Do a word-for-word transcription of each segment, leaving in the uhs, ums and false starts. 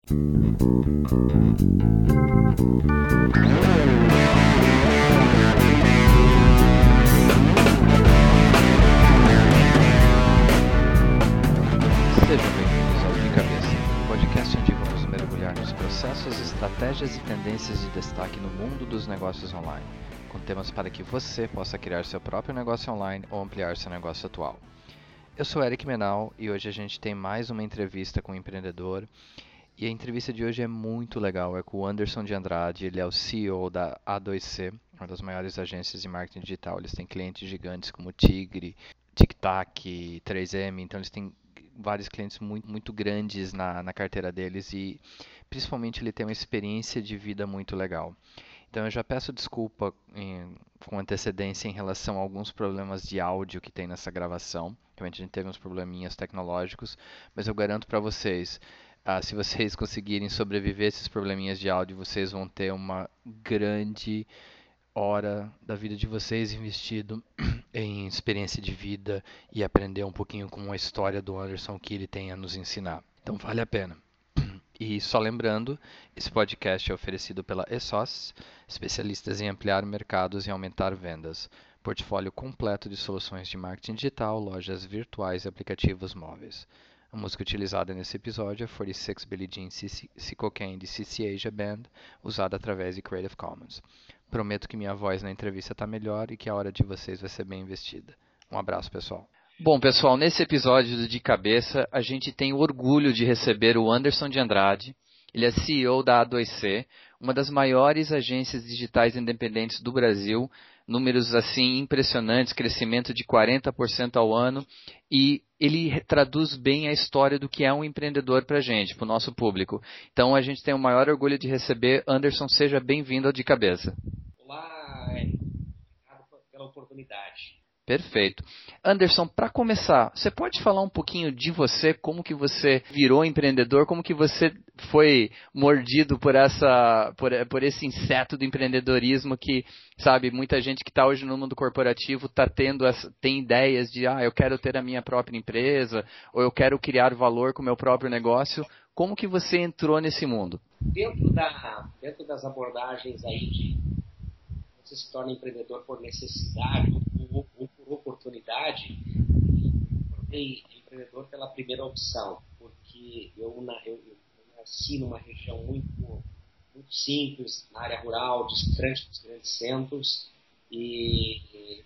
Sejam bem-vindos ao De Cabeça, um podcast onde vamos mergulhar nos processos, estratégias e tendências de destaque no mundo dos negócios online, com temas para que você possa criar seu próprio negócio online ou ampliar seu negócio atual. Eu sou Eric Menal e hoje a gente tem mais uma entrevista com um empreendedor. E a entrevista de hoje é muito legal, é com o Anderson de Andrade, ele é o C E O da A dois C, uma das maiores agências de marketing digital. Eles têm clientes gigantes como Tigre, TicTac, três M, então eles têm vários clientes muito, muito grandes na, na carteira deles e principalmente ele tem uma experiência de vida muito legal. Então eu já peço desculpa em, com antecedência em relação a alguns problemas de áudio que tem nessa gravação. Realmente a gente teve uns probleminhas tecnológicos, mas eu garanto para vocês, ah, se vocês conseguirem sobreviver a esses probleminhas de áudio, vocês vão ter uma grande hora da vida de vocês investido em experiência de vida e aprender um pouquinho com a história do Anderson que ele tem a nos ensinar. Então vale a pena. E só lembrando, esse podcast é oferecido pela ESOS, especialistas em ampliar mercados e aumentar vendas. Portfólio completo de soluções de marketing digital, lojas virtuais e aplicativos móveis. A música utilizada nesse episódio é quarenta e seis Billie Jean Cocaine de C C Asia Band, usada através de Creative Commons. Prometo que minha voz na entrevista está melhor e que a hora de vocês vai ser bem investida. Um abraço, pessoal. Bom, pessoal, nesse episódio do De Cabeça, a gente tem o orgulho de receber o Anderson de Andrade. Ele é C E O da A dois C, uma das maiores agências digitais independentes do Brasil. Números assim impressionantes, crescimento de quarenta por cento ao ano. E ele traduz bem a história do que é um empreendedor para a gente, para o nosso público. Então a gente tem o maior orgulho de receber. Anderson, seja bem-vindo ao De Cabeça. Olá, obrigado pela oportunidade. Perfeito. Anderson, para começar, você pode falar um pouquinho de você, como que você virou empreendedor, como que você foi mordido por, essa, por, por esse inseto do empreendedorismo que, sabe, muita gente que está hoje no mundo corporativo tá tendo essa, tem ideias de, ah, eu quero ter a minha própria empresa, ou eu quero criar valor com o meu próprio negócio. Como que você entrou nesse mundo? Dentro, da, dentro das abordagens aí de você se torna empreendedor por necessidade ou, ou por oportunidade, eu tornei empreendedor pela primeira opção, porque eu, eu, eu nasci numa região muito, muito simples, na área rural, distante dos grandes centros, e, e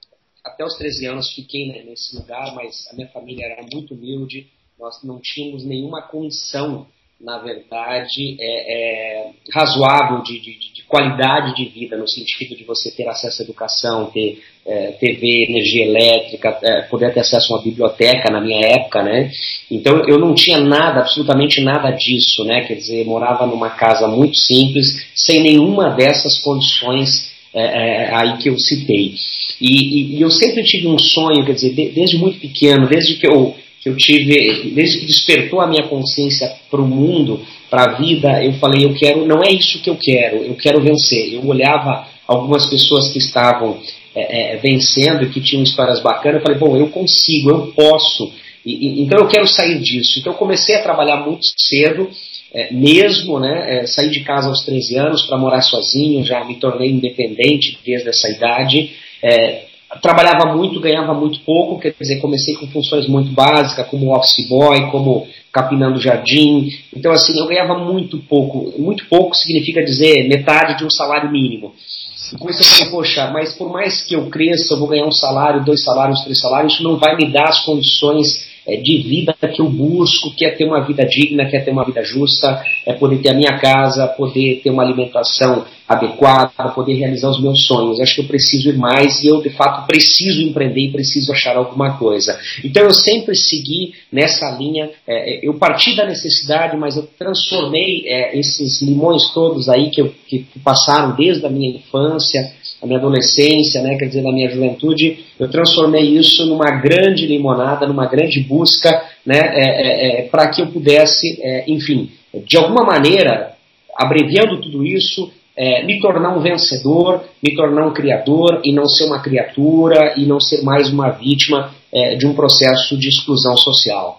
até os treze anos fiquei nesse lugar, mas a minha família era muito humilde, nós não tínhamos nenhuma condição, na verdade, é, é, razoável de, de, de qualidade de vida, no sentido de você ter acesso à educação, ter é, T V, energia elétrica, é, poder ter acesso a uma biblioteca na minha época, né? Então eu não tinha nada, absolutamente nada disso, né? Quer dizer, morava numa casa muito simples, sem nenhuma dessas condições é, é, aí que eu citei. E, e, e eu sempre tive um sonho, quer dizer, de, desde muito pequeno, desde que eu eu tive, desde que despertou a minha consciência para o mundo, para a vida, eu falei, eu quero, não é isso que eu quero, eu quero vencer. Eu olhava algumas pessoas que estavam é, é, vencendo e que tinham histórias bacanas, eu falei, bom, eu consigo, eu posso, e, e, então eu quero sair disso. Então eu comecei a trabalhar muito cedo, é, mesmo, né, é, saí de casa aos treze anos para morar sozinho, já me tornei independente desde essa idade, é, trabalhava muito, ganhava muito pouco, quer dizer, comecei com funções muito básicas, como office boy, como capinando jardim. Então, assim, eu ganhava muito pouco. Muito pouco significa dizer metade de um salário mínimo. E comecei a falar, poxa, mas por mais que eu cresça, eu vou ganhar um salário, dois salários, três salários, isso não vai me dar as condições é, de vida que eu busco, que é ter uma vida digna, que é ter uma vida justa, é poder ter a minha casa, poder ter uma alimentação adequada, poder realizar os meus sonhos. Acho que eu preciso ir mais e eu, de fato, preciso empreender e preciso achar alguma coisa. Então, eu sempre segui nessa linha. É, eu parti da necessidade, mas eu transformei é, esses limões todos aí que, eu, que passaram desde a minha infância, a minha adolescência, né, quer dizer, na minha juventude, eu transformei isso numa grande limonada, numa grande busca, né, é, é, é, para que eu pudesse, é, enfim, de alguma maneira, abreviando tudo isso, É, me tornar um vencedor, me tornar um criador e não ser uma criatura e não ser mais uma vítima é, de um processo de exclusão social.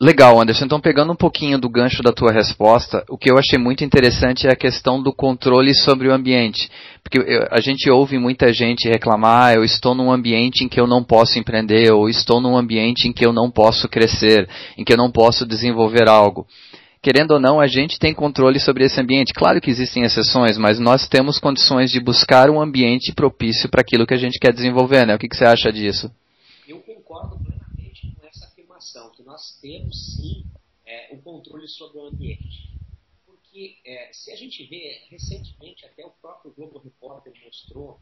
Legal, Anderson. Então, pegando um pouquinho do gancho da tua resposta, o que eu achei muito interessante é a questão do controle sobre o ambiente. Porque eu, a gente ouve muita gente reclamar, ah, eu estou num ambiente em que eu não posso empreender, ou estou num ambiente em que eu não posso crescer, em que eu não posso desenvolver algo. Querendo ou não, a gente tem controle sobre esse ambiente. Claro que existem exceções, mas nós temos condições de buscar um ambiente propício para aquilo que a gente quer desenvolver, né? O que, que você acha disso? Eu concordo plenamente com essa afirmação, que nós temos sim é, o controle sobre o ambiente. Porque é, se a gente vê, recentemente até o próprio Globo Repórter mostrou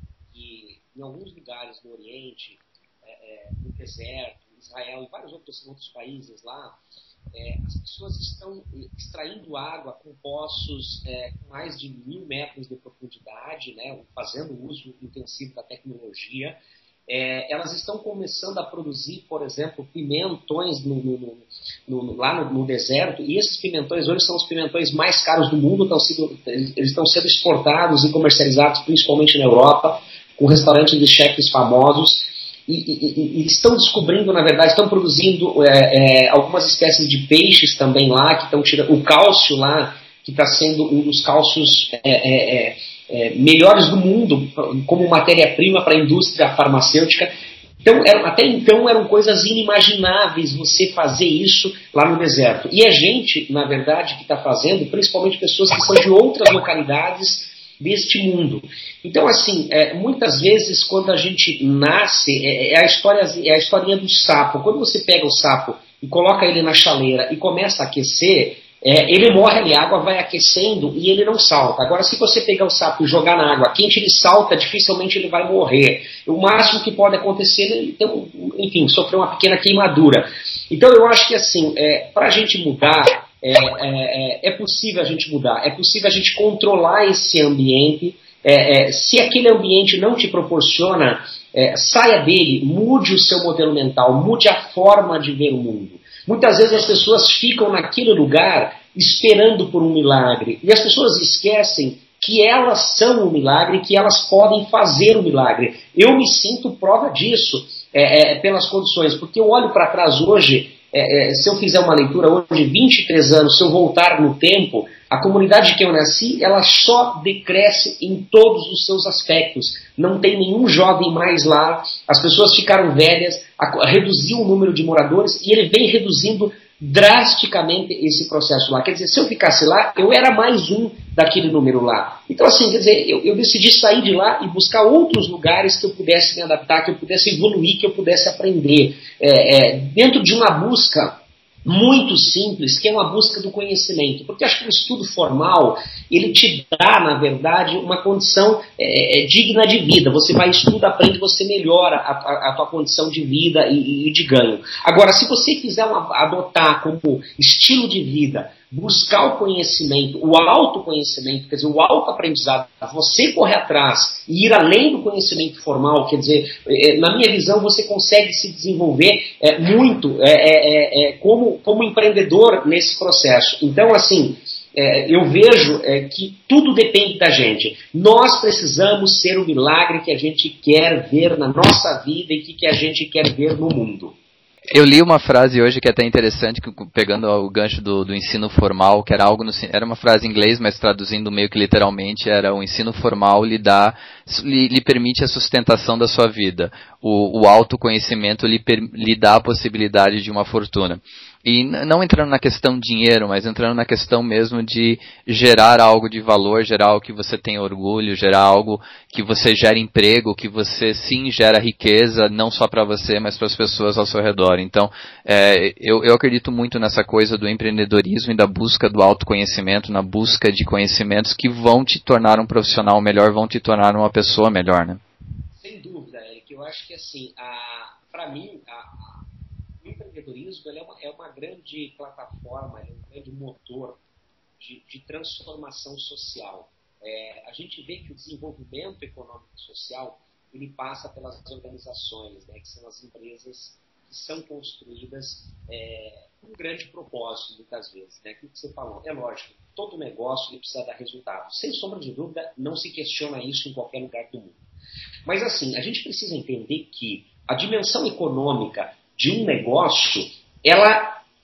que em alguns lugares no Oriente, é, é, no deserto, Israel e vários outros, outros países lá, é, as pessoas estão extraindo água com poços é, com mais de mil metros de profundidade, né, fazendo uso intensivo da tecnologia. É, elas estão começando a produzir, por exemplo, pimentões no, no, no, no, lá no, no deserto, e esses pimentões hoje são os pimentões mais caros do mundo, estão sendo, eles estão sendo exportados e comercializados principalmente na Europa, com restaurantes de chefes famosos, e, e, e estão descobrindo, na verdade, estão produzindo é, é, algumas espécies de peixes também lá, que estão tirando o cálcio lá, que está sendo um dos cálcios é, é, é, é, melhores do mundo como matéria-prima para a indústria farmacêutica. Então, eram, até então eram coisas inimagináveis você fazer isso lá no deserto. E a gente, na verdade, que está fazendo, principalmente pessoas que são de outras localidades deste mundo. Então, assim, é, muitas vezes quando a gente nasce, é, é, a história, é a historinha do sapo. Quando você pega o sapo e coloca ele na chaleira e começa a aquecer, É, ele morre ali, a água vai aquecendo e ele não salta. Agora, se você pegar o sapo e jogar na água quente, ele salta, dificilmente ele vai morrer. O máximo que pode acontecer é ele ter, enfim, sofrer uma pequena queimadura. Então, eu acho que, assim, é, para a gente mudar, é, é, é possível a gente mudar, é possível a gente controlar esse ambiente. É, é, se aquele ambiente não te proporciona, é, saia dele, mude o seu modelo mental, mude a forma de ver o mundo. Muitas vezes as pessoas ficam naquele lugar esperando por um milagre. E as pessoas esquecem que elas são um milagre, que elas podem fazer um milagre. Eu me sinto prova disso é, é, pelas condições. Porque eu olho para trás hoje, é, é, se eu fizer uma leitura hoje, vinte e três anos, se eu voltar no tempo, a comunidade que eu nasci, ela só decresce em todos os seus aspectos. Não tem nenhum jovem mais lá, as pessoas ficaram velhas, a, reduziu o número de moradores e ele vem reduzindo drasticamente esse processo lá. Quer dizer, se eu ficasse lá, eu era mais um daquele número lá. Então, assim, quer dizer, eu, eu decidi sair de lá e buscar outros lugares que eu pudesse me adaptar, que eu pudesse evoluir, que eu pudesse aprender. É, é, dentro de uma busca muito simples, que é uma busca do conhecimento. Porque acho que o estudo formal, ele te dá, na verdade, uma condição é, é, digna de vida. Você vai estuda, aprende, você melhora a, a, a tua condição de vida e, e de ganho. Agora, se você quiser uma, adotar como estilo de vida, buscar o conhecimento, o autoconhecimento, quer dizer, o autoaprendizado, você correr atrás e ir além do conhecimento formal, quer dizer, é, na minha visão, você consegue se desenvolver é, muito é, é, é, como, como empreendedor nesse processo. Então, assim, é, eu vejo é, que tudo depende da gente. Nós precisamos ser o milagre que a gente quer ver na nossa vida e que, que a gente quer ver no mundo. Eu li uma frase hoje que é até interessante, pegando o gancho do, do ensino formal, que era algo no, era uma frase em inglês, mas traduzindo meio que literalmente, era o ensino formal lhe dá, lhe, lhe permite a sustentação da sua vida. O, o autoconhecimento lhe, per, lhe dá a possibilidade de uma fortuna. E não entrando na questão dinheiro, mas entrando na questão mesmo de gerar algo de valor, gerar algo que você tem orgulho, gerar algo que você gera emprego, que você sim gera riqueza, não só para você, mas para as pessoas ao seu redor. Então, é, eu, eu acredito muito nessa coisa do empreendedorismo e da busca do autoconhecimento, na busca de conhecimentos que vão te tornar um profissional melhor, vão te tornar uma pessoa melhor, né? Sem dúvida, Eric. Eu acho que, assim, para mim, a o empreendedorismo ele é, uma, é uma grande plataforma, é um grande motor de, de transformação social. É, a gente vê que o desenvolvimento econômico e social ele passa pelas organizações, né, que são as empresas que são construídas é, com um grande propósito, muitas vezes. Né, aquilo que você falou, é lógico, todo negócio ele precisa dar resultado. Sem sombra de dúvida, não se questiona isso em qualquer lugar do mundo. Mas, assim, a gente precisa entender que a dimensão econômica de um negócio, ela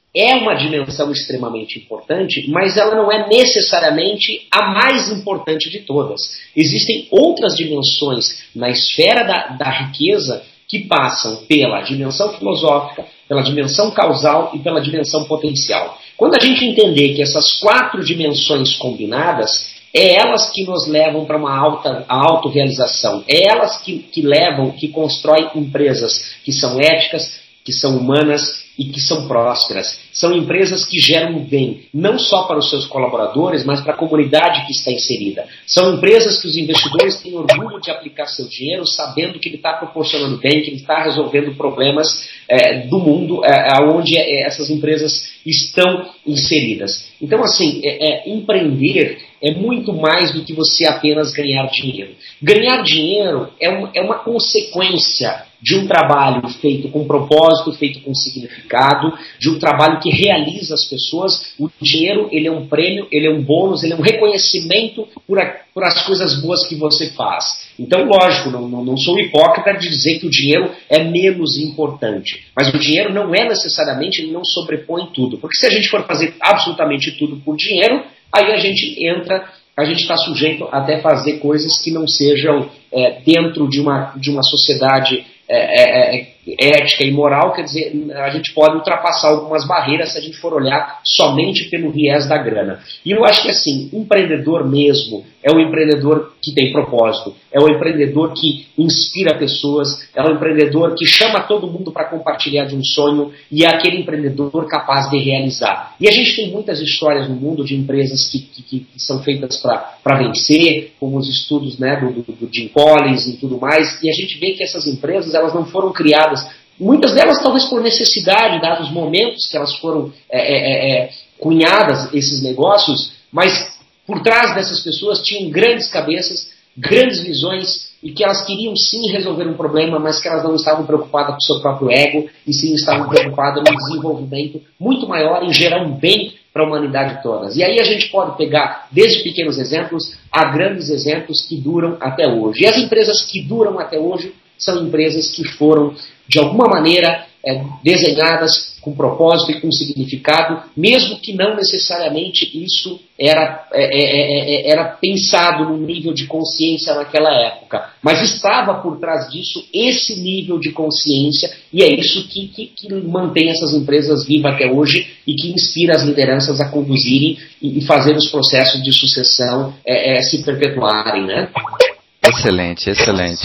é uma dimensão extremamente importante, mas ela não é necessariamente a mais importante de todas. Existem outras dimensões na esfera da, da riqueza que passam pela dimensão filosófica, pela dimensão causal e pela dimensão potencial. Quando a gente entender que essas quatro dimensões combinadas, é elas que nos levam para uma alta, a autorrealização, é elas que, que levam, que constroem empresas que são éticas, que são humanas e que são prósperas. São empresas que geram bem, não só para os seus colaboradores, mas para a comunidade que está inserida. São empresas que os investidores têm orgulho de aplicar seu dinheiro, sabendo que ele está proporcionando bem, que ele está resolvendo problemas é, do mundo é, onde é, essas empresas estão inseridas. Então, assim, é, é, empreender é muito mais do que você apenas ganhar dinheiro. Ganhar dinheiro é, um, é uma consequência de um trabalho feito com propósito, feito com significado, de um trabalho que realiza as pessoas. O dinheiro, ele é um prêmio, ele é um bônus, ele é um reconhecimento por, a, por as coisas boas que você faz. Então, lógico, não, não, não sou hipócrita de dizer que o dinheiro é menos importante. Mas o dinheiro não é necessariamente, ele não sobrepõe tudo. Porque se a gente for fazer absolutamente tudo por dinheiro, aí a gente entra, a gente está sujeito até fazer coisas que não sejam é, dentro de uma, de uma sociedade É, é, é ética e moral. Quer dizer, a gente pode ultrapassar algumas barreiras se a gente for olhar somente pelo viés da grana. E eu acho que assim, empreendedor mesmo é um empreendedor que tem propósito, é um empreendedor que inspira pessoas, é um empreendedor que chama todo mundo para compartilhar de um sonho e é aquele empreendedor capaz de realizar. E a gente tem muitas histórias no mundo de empresas que, que, que são feitas para vencer, como os estudos, né, do, do, do Jim Collins e tudo mais, e a gente vê que essas empresas elas não foram criadas, muitas delas talvez por necessidade, dados os momentos que elas foram é, é, é, cunhadas, esses negócios, mas por trás dessas pessoas tinham grandes cabeças, grandes visões, e que elas queriam sim resolver um problema, mas que elas não estavam preocupadas com o seu próprio ego, e sim estavam preocupadas no desenvolvimento muito maior, em gerar um bem para a humanidade toda. E aí a gente pode pegar desde pequenos exemplos a grandes exemplos que duram até hoje. E as empresas que duram até hoje são empresas que foram, de alguma maneira, é, desenhadas com propósito e com significado, mesmo que não necessariamente isso era, é, é, é, era pensado no nível de consciência naquela época. Mas estava por trás disso esse nível de consciência, e é isso que, que, que mantém essas empresas vivas até hoje e que inspira as lideranças a conduzirem e, e fazer os processos de sucessão é, é, se perpetuarem, né? Excelente, excelente.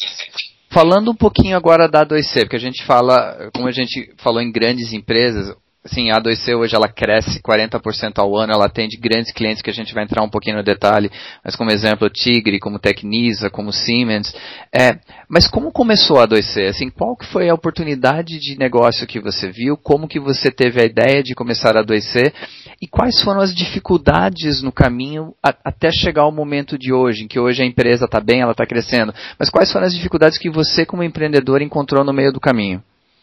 Falando um pouquinho agora da A dois C, porque a gente fala, como a gente falou em grandes empresas, assim, a A dois C hoje ela cresce quarenta por cento ao ano, ela atende grandes clientes que a gente vai entrar um pouquinho no detalhe, mas como exemplo Tigre, como Tecnisa, como Siemens. É, mas como começou a A dois C? Assim, qual que foi a oportunidade de negócio que você viu? Como que você teve a ideia de começar a A dois C? E quais foram as dificuldades no caminho a, até chegar ao momento de hoje, em que hoje a empresa está bem, ela está crescendo, mas quais foram as dificuldades que você como empreendedor encontrou no meio do caminho?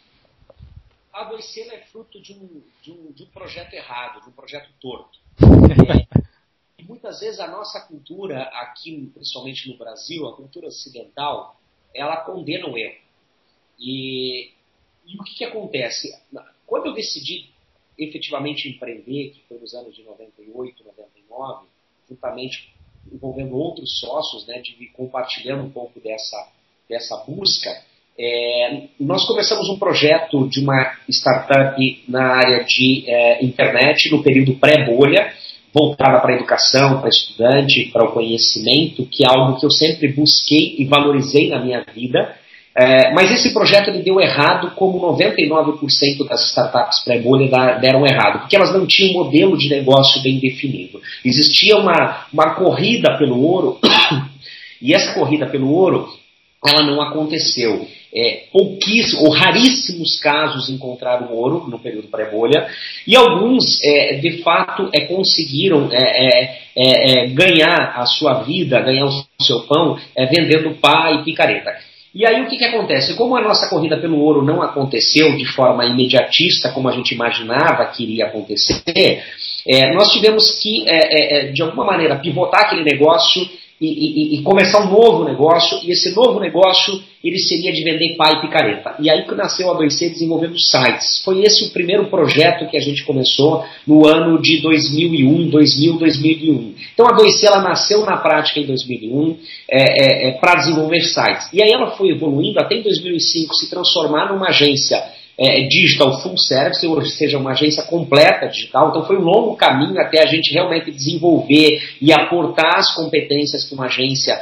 A A dois C é fruto de um, de, um, de um projeto errado, de um projeto torto. É, e muitas vezes a nossa cultura, aqui principalmente no Brasil, a cultura ocidental, ela condena o erro. E, e o que, que acontece? Quando eu decidi efetivamente empreender, que foi nos anos de noventa e oito, noventa e nove, juntamente envolvendo outros sócios, né, de compartilhando um pouco dessa, dessa busca, é, nós começamos um projeto de uma startup na área de é, internet, no período pré-bolha, voltada para a educação, para estudante, para o conhecimento, que é algo que eu sempre busquei e valorizei na minha vida. É, mas esse projeto ele deu errado, como noventa e nove por cento das startups pré-bolha deram errado, porque elas não tinham um modelo de negócio bem definido. Existia uma, uma corrida pelo ouro, e essa corrida pelo ouro, ela não aconteceu. É, pouquíssimos ou raríssimos casos encontraram ouro no período pré-bolha, e alguns, é, de fato, é, conseguiram é, é, é, ganhar a sua vida, ganhar o seu pão, é, vendendo pá e picareta. E aí o que, que acontece? Como a nossa corrida pelo ouro não aconteceu de forma imediatista, como a gente imaginava que iria acontecer, é, nós tivemos que, é, é, de alguma maneira, pivotar aquele negócio e, e, e começar um novo negócio, e esse novo negócio ele seria de vender pá e picareta. E aí que nasceu a dois C desenvolvendo sites. Foi esse o primeiro projeto que a gente começou no ano de dois mil e um, dois mil, dois mil e um. Então a dois C ela nasceu na prática em dois mil e um é, é, é, para desenvolver sites. E aí ela foi evoluindo até em dois mil e cinco se transformar numa agência É, digital full service, ou seja, uma agência completa digital. Então foi um longo caminho até a gente realmente desenvolver e aportar as competências que uma agência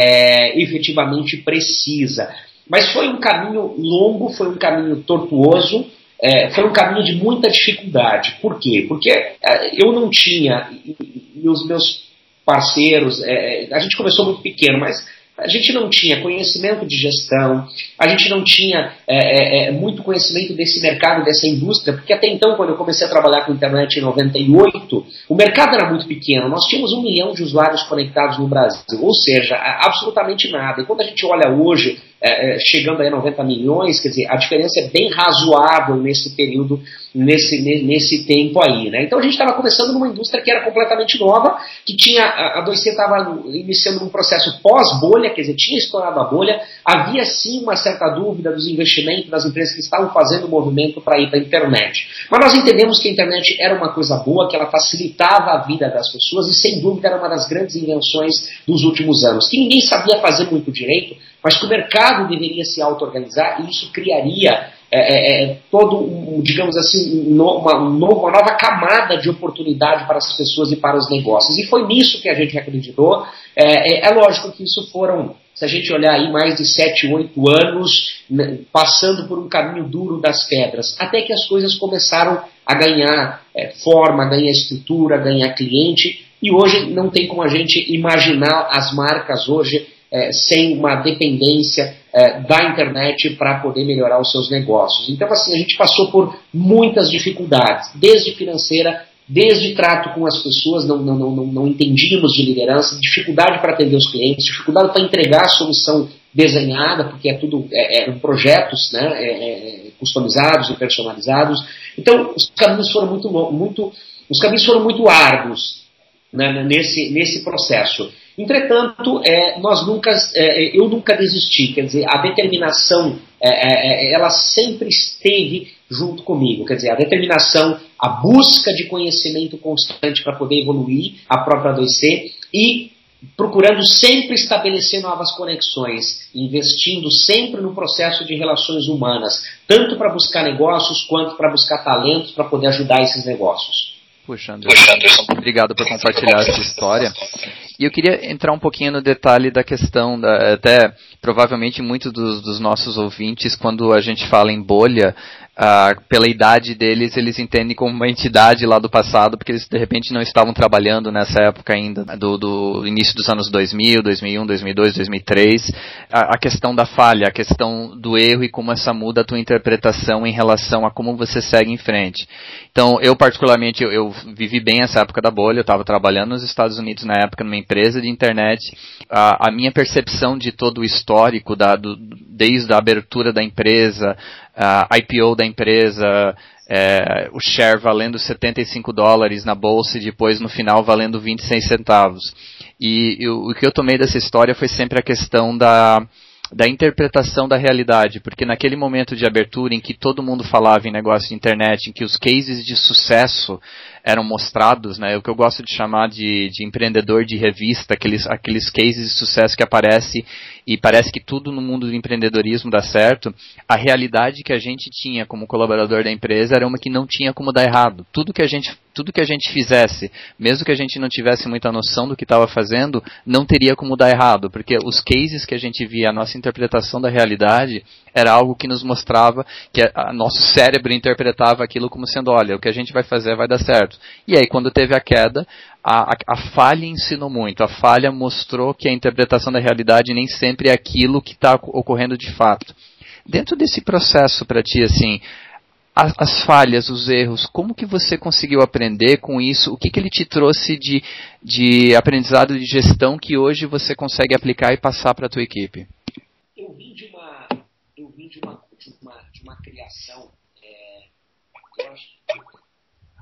é, efetivamente precisa. Mas foi um caminho longo, foi um caminho tortuoso, é, foi um caminho de muita dificuldade. Por quê? Porque é, eu não tinha, e, e os meus parceiros, é, a gente começou muito pequeno, mas a gente não tinha conhecimento de gestão, a gente não tinha é, é, muito conhecimento desse mercado, dessa indústria, porque até então, quando eu comecei a trabalhar com internet em noventa e oito, o mercado era muito pequeno, nós tínhamos um milhão de usuários conectados no Brasil, ou seja, absolutamente nada. E quando a gente olha hoje, é, chegando a noventa milhões, quer dizer, a diferença é bem razoável nesse período, nesse, nesse tempo aí, né? Então a gente estava começando numa indústria que era completamente nova, que tinha, a dois C estava iniciando um processo pós-bolha, quer dizer, tinha estourado a bolha, havia sim uma certa dúvida dos investimentos das empresas que estavam fazendo o movimento para ir para a internet. Mas nós entendemos que a internet era uma coisa boa, que ela facilitava a vida das pessoas e sem dúvida era uma das grandes invenções dos últimos anos, que ninguém sabia fazer muito direito, mas que o mercado deveria se auto-organizar e isso criaria é, é, todo, um, digamos assim, um, uma, um novo, uma nova camada de oportunidade para as pessoas e para os negócios. E foi nisso que a gente acreditou. É, é, é lógico que isso foram, se a gente olhar aí, mais de sete, oito anos, né, passando por um caminho duro das pedras, até que as coisas começaram a ganhar é, forma, a ganhar estrutura, a ganhar cliente, e hoje não tem como a gente imaginar as marcas hoje É, sem uma dependência é, da internet para poder melhorar os seus negócios. Então, assim, a gente passou por muitas dificuldades, desde financeira, desde trato com as pessoas, não, não, não, não entendíamos de liderança, dificuldade para atender os clientes, dificuldade para entregar a solução desenhada, porque é tudo, é, é, projetos, né, é, é, customizados e personalizados. Então, os caminhos foram muito, muito, os caminhos foram muito árduos, né, nesse, nesse processo. Entretanto, é, nós nunca, é, eu nunca desisti, quer dizer, a determinação, é, é, ela sempre esteve junto comigo, quer dizer, a determinação, a busca de conhecimento constante para poder evoluir a própria dois C e procurando sempre estabelecer novas conexões, investindo sempre no processo de relações humanas, tanto para buscar negócios quanto para buscar talentos para poder ajudar esses negócios. Puxa, Anderson, obrigado por compartilhar essa história. E eu queria entrar um pouquinho no detalhe da questão, da, até provavelmente muitos dos, dos nossos ouvintes, quando a gente fala em bolha, ah, pela idade deles, eles entendem como uma entidade lá do passado, porque eles de repente não estavam trabalhando nessa época ainda, do, do início dos anos dois mil, dois mil e um, dois mil e dois, dois mil e três, a, a questão da falha, a questão do erro e como essa muda a tua interpretação em relação a como você segue em frente. Então, eu particularmente, eu, eu vivi bem essa época da bolha, eu estava trabalhando nos Estados Unidos na época, numa empresa de internet, a, a minha percepção de todo o histórico, da, do, desde a abertura da empresa, a I P O da empresa, é, o share valendo setenta e cinco dólares na bolsa e depois no final valendo vinte e seis centavos. E, e o, o que eu tomei dessa história foi sempre a questão da... da interpretação da realidade, porque naquele momento de abertura em que todo mundo falava em negócio de internet, em que os cases de sucesso eram mostrados, né, o que eu gosto de chamar de, de empreendedor de revista, aqueles, aqueles cases de sucesso que aparecem e parece que tudo no mundo do empreendedorismo dá certo, a realidade que a gente tinha como colaborador da empresa era uma que não tinha como dar errado. Tudo que a gente, tudo que a gente fizesse, mesmo que a gente não tivesse muita noção do que estava fazendo, não teria como dar errado, porque os cases que a gente via, a nossa interpretação da realidade, era algo que nos mostrava que a, a nosso cérebro interpretava aquilo como sendo, olha, o que a gente vai fazer vai dar certo. E aí, quando teve a queda, a, a, a falha ensinou muito. A falha mostrou que a interpretação da realidade nem sempre é aquilo que está ocorrendo de fato. Dentro desse processo, para ti, assim, as, as falhas, os erros, como que você conseguiu aprender com isso? O que, que ele te trouxe de, de aprendizado de gestão que hoje você consegue aplicar e passar para a tua equipe? Eu vim de uma, eu vim de uma, de uma, de uma criação, é, eu acho que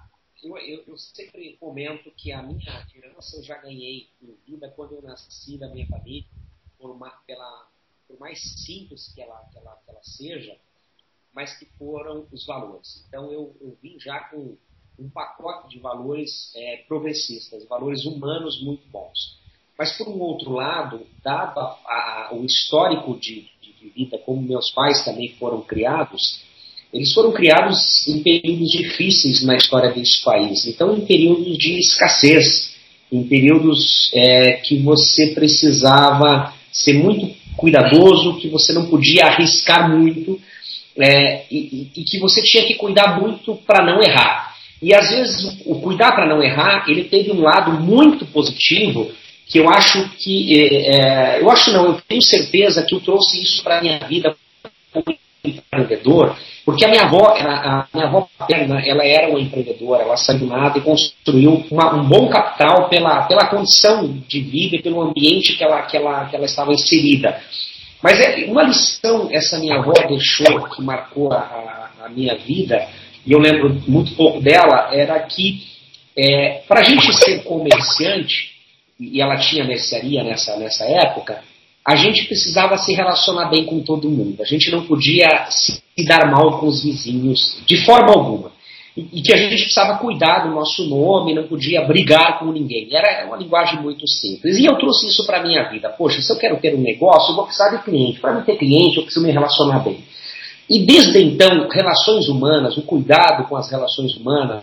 eu, eu, eu sempre comento que a minha herança eu já ganhei em vida quando eu nasci da minha família, por, uma, pela, por mais simples que ela, que, ela, que ela seja, mas que foram os valores. Então eu, eu vim já com um pacote de valores é, progressistas, valores humanos muito bons. Mas, por um outro lado, dado a, a, o histórico de, de, de vida, como meus pais também foram criados, eles foram criados em períodos difíceis na história desse país. Então, em períodos de escassez, em períodos é, que você precisava ser muito cuidadoso, que você não podia arriscar muito, é, e, e que você tinha que cuidar muito para não errar. E, às vezes, o cuidar para não errar, ele teve um lado muito positivo, que eu acho que, é, eu acho não, eu tenho certeza que eu trouxe isso para a minha vida como empreendedor, porque a minha avó, a, a minha avó paterna, ela era uma empreendedora, ela saiu do nada e construiu uma, um bom capital pela, pela condição de vida e pelo ambiente que ela, que ela, que ela estava inserida. Mas é uma lição essa minha avó deixou, que marcou a, a minha vida, e eu lembro muito pouco dela, era que é, para a gente ser comerciante, e ela tinha mercearia nessa, nessa época, a gente precisava se relacionar bem com todo mundo. A gente não podia se dar mal com os vizinhos, de forma alguma. E, e que a gente precisava cuidar do nosso nome, não podia brigar com ninguém. Era uma linguagem muito simples. E eu trouxe isso para a minha vida. Poxa, se eu quero ter um negócio, eu vou precisar de cliente. Para mim ter cliente, eu preciso me relacionar bem. E desde então, relações humanas, o cuidado com as relações humanas,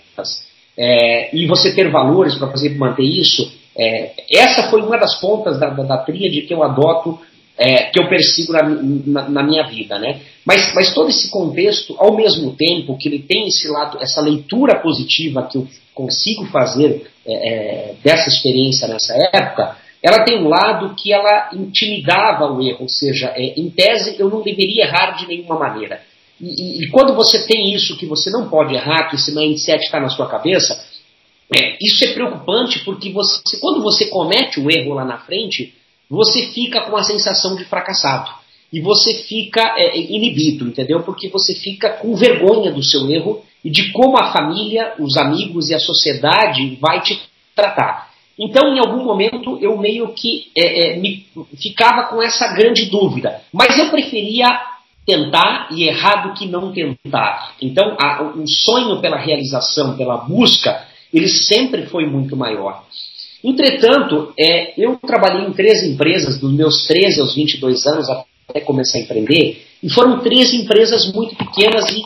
é, e você ter valores para fazer manter isso, É, essa foi uma das pontas da, da, da tríade que eu adoto, é, que eu persigo na, na, na minha vida, né? Mas, mas todo esse contexto, ao mesmo tempo que ele tem esse lado, essa leitura positiva que eu consigo fazer é, é, dessa experiência nessa época, ela tem um lado que ela intimidava o erro, ou seja, é, em tese eu não deveria errar de nenhuma maneira. E, e, e quando você tem isso que você não pode errar, que esse mindset está na sua cabeça, É, isso é preocupante porque você, quando você comete o erro lá na frente, você fica com a sensação de fracassado. E você fica é, inibido, entendeu? Porque você fica com vergonha do seu erro e de como a família, os amigos e a sociedade vai te tratar. Então, em algum momento, eu meio que é, é, me, ficava com essa grande dúvida. Mas eu preferia tentar e errar do que não tentar. Então, a, o sonho pela realização, pela busca, ele sempre foi muito maior. Entretanto, é, eu trabalhei em três empresas, dos meus treze aos vinte e dois anos, até começar a empreender, e foram três empresas muito pequenas e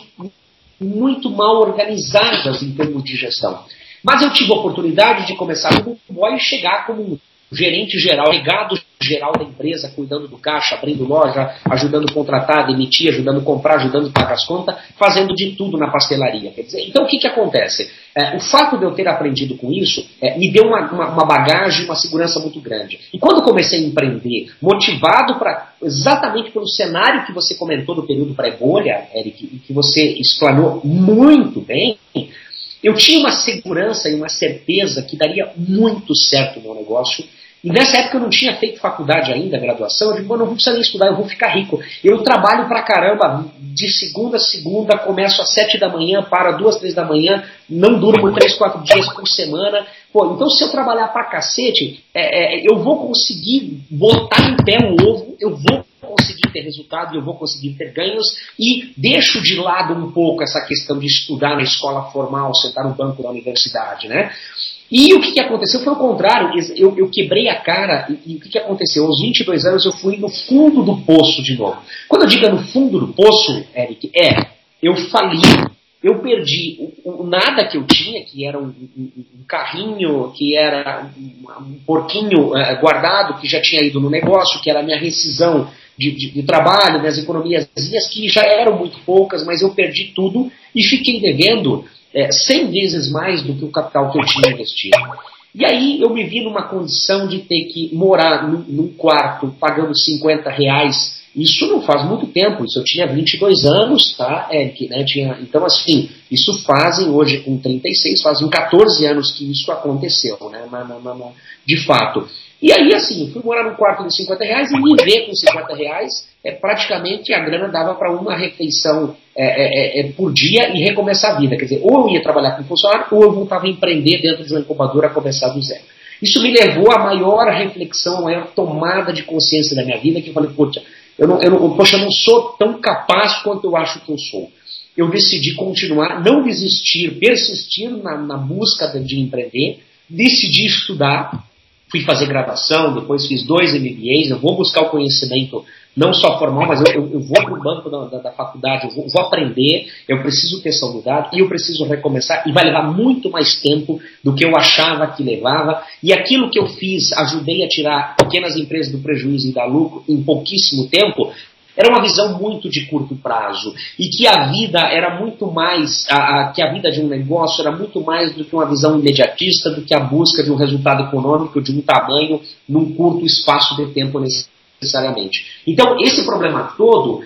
muito mal organizadas em termos de gestão. Mas eu tive a oportunidade de começar como boy e chegar como um gerente geral, legado geral da empresa, cuidando do caixa, abrindo loja, ajudando a contratar, demitir, ajudando a comprar, ajudando a pagar as contas, fazendo de tudo na pastelaria. Quer dizer, então o que, que acontece? É, o fato de eu ter aprendido com isso é, me deu uma, uma, uma bagagem, uma segurança muito grande. E quando eu comecei a empreender, motivado pra, exatamente pelo cenário que você comentou do período pré-bolha, Eric, e que você explanou muito bem, eu tinha uma segurança e uma certeza que daria muito certo o meu negócio. E nessa época eu não tinha feito faculdade ainda, graduação. Eu digo, eu não vou precisar nem estudar, eu vou ficar rico. Eu trabalho pra caramba, de segunda a segunda, começo às sete da manhã, paro às duas, três da manhã, não durmo três, quatro dias por semana. Pô, então se eu trabalhar pra cacete, é, é, eu vou conseguir botar em pé um ovo, eu vou conseguir ter resultado, eu vou conseguir ter ganhos, e deixo de lado um pouco essa questão de estudar na escola formal, sentar no banco da universidade, né? E o que, que aconteceu foi o contrário, eu, eu quebrei a cara, e, e o que, que aconteceu? Aos vinte e dois anos eu fui no fundo do poço de novo. Quando eu digo no fundo do poço, Eric, é, eu fali, eu perdi o, o nada que eu tinha, que era um, um, um carrinho, que era um, um porquinho uh, guardado, que já tinha ido no negócio, que era a minha rescisão de, de, de trabalho, minhas economias, que já eram muito poucas, mas eu perdi tudo e fiquei devendo É, cem vezes mais do que o capital que eu tinha investido. E aí eu me vi numa condição de ter que morar num, num quarto pagando cinquenta reais Isso não faz muito tempo, isso eu tinha vinte e dois anos, tá, Eric? Né? Tinha, então, assim, isso fazem, hoje com trinta e seis, fazem quatorze anos que isso aconteceu, né? na, na, na, na, de fato. E aí, assim, fui morar num quarto de cinquenta reais e me ver com cinquenta reais, é, praticamente a grana dava para uma refeição é, é, é, por dia e recomeçar a vida. Quer dizer, ou eu ia trabalhar com funcionário, ou eu voltava a empreender dentro de uma incubadora a começar do zero. Isso me levou à maior reflexão, à maior tomada de consciência da minha vida, que eu falei, poxa, eu não, eu não, poxa, eu não sou tão capaz quanto eu acho que eu sou. Eu decidi continuar, não desistir, persistir na, na busca de, de empreender, decidi estudar, fui fazer graduação, depois fiz dois M B As, eu vou buscar o conhecimento não só formal, mas eu, eu, eu vou para o banco da, da, da faculdade, eu vou, vou aprender, eu preciso ter saudade e eu preciso recomeçar, e vai levar muito mais tempo do que eu achava que levava, e aquilo que eu fiz, ajudei a tirar pequenas empresas do prejuízo e da lucro em pouquíssimo tempo, era uma visão muito de curto prazo, e que a vida era muito mais, a, a, que a vida de um negócio era muito mais do que uma visão imediatista, do que a busca de um resultado econômico de um tamanho num curto espaço de tempo necessariamente. Então, esse problema todo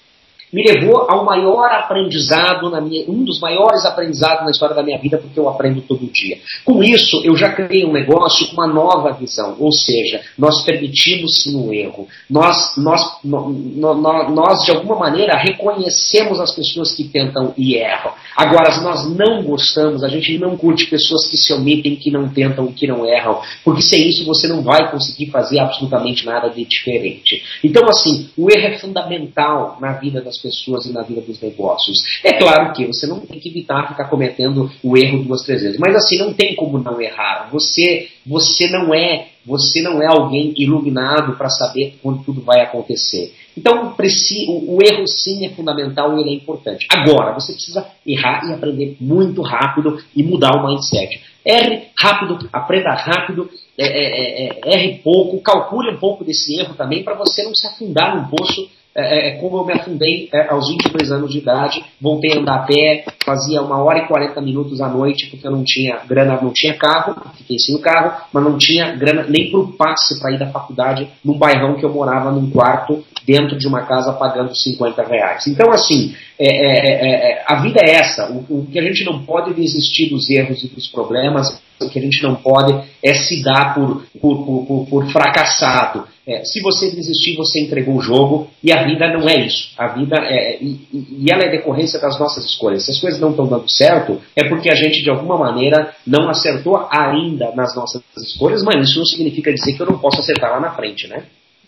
me levou ao maior aprendizado, na minha, um dos maiores aprendizados na história da minha vida, porque eu aprendo todo dia. Com isso, eu já criei um negócio com uma nova visão, ou seja, nós permitimos sim o erro. Nós, nós, no, no, nós, de alguma maneira, reconhecemos as pessoas que tentam e erram. Agora, nós não gostamos, a gente não curte pessoas que se omitem, que não tentam e que não erram, porque sem isso você não vai conseguir fazer absolutamente nada de diferente. Então, assim, o erro é fundamental na vida das pessoas e na vida dos negócios. É claro que você não tem que evitar ficar cometendo o erro duas, três vezes, mas assim, não tem como não errar. Você, você não é, você não é alguém iluminado para saber quando tudo vai acontecer. Então, o, o erro sim é fundamental e ele é importante. Agora, você precisa errar e aprender muito rápido e mudar o mindset. Erre rápido, aprenda rápido, é, é, é, erre pouco, calcule um pouco desse erro também para você não se afundar num poço. É, é, como eu me afundei é, aos vinte e dois anos de idade, voltei a andar a pé, fazia uma hora e quarenta minutos à noite, porque eu não tinha grana, não tinha carro, fiquei sem o carro, mas não tinha grana nem para o passe para ir da faculdade num bairrão que eu morava num quarto, dentro de uma casa pagando cinquenta reais. Então, assim, é, é, é, a vida é essa. O, o que a gente não pode desistir dos erros e dos problemas, o que a gente não pode é se dar por, por, por, por, por fracassado. É, se você desistir, você entregou o jogo, e a vida não é isso. A vida é, e, e ela é decorrência das nossas escolhas. Se as coisas não estão dando certo, é porque a gente, de alguma maneira, não acertou ainda nas nossas escolhas, mas isso não significa dizer que eu não posso acertar lá na frente, né?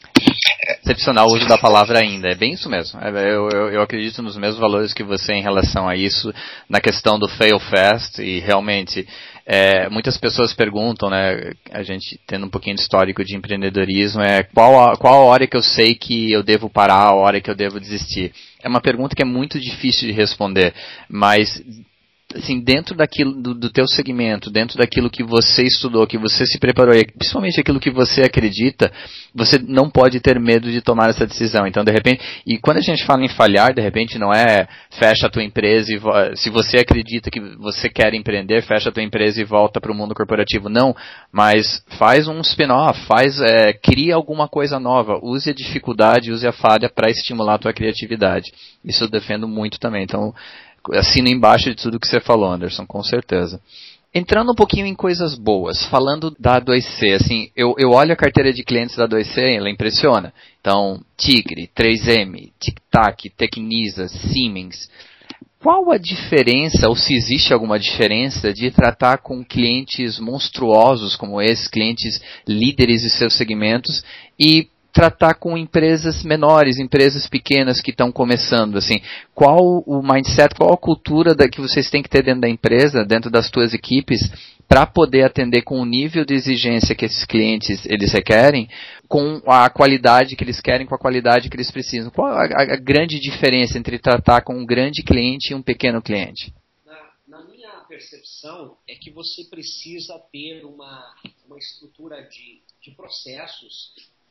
Excepcional o uso da palavra ainda, é bem isso mesmo. Eu, eu, eu acredito nos mesmos valores que você em relação a isso, na questão do fail fast, e realmente é, muitas pessoas perguntam, né, a gente tendo um pouquinho de histórico de empreendedorismo, é qual a, qual a hora que eu sei que eu devo parar, a hora que eu devo desistir? É uma pergunta que é muito difícil de responder, mas assim, dentro daquilo, do, do teu segmento, dentro daquilo que você estudou, que você se preparou, e principalmente aquilo que você acredita, você não pode ter medo de tomar essa decisão. Então, de repente, e quando a gente fala em falhar, de repente não é fecha a tua empresa e se você acredita que você quer empreender, fecha a tua empresa e volta para o mundo corporativo. Não, mas faz um spin-off, faz, é, cria alguma coisa nova, use a dificuldade, use a falha para estimular a tua criatividade. Isso eu defendo muito também. Então, assino embaixo de tudo que você falou, Anderson, com certeza. Entrando um pouquinho em coisas boas, falando da A dois C, assim, eu, eu olho a carteira de clientes da A dois C, ela impressiona. Então, Tigre, três M, Tic Tac, Tecnisa, Siemens. Qual a diferença, ou se existe alguma diferença, de tratar com clientes monstruosos como esses, clientes líderes de seus segmentos, e tratar com empresas menores, empresas pequenas que estão começando, assim, qual o mindset, qual a cultura da, que vocês têm que ter dentro da empresa, dentro das suas equipes, para poder atender com o nível de exigência que esses clientes eles requerem, com a qualidade que eles querem, com a qualidade que eles precisam. Qual a, a, a grande diferença entre tratar com um grande cliente e um pequeno cliente? Na, na minha percepção é que você precisa ter uma, uma estrutura de, de processos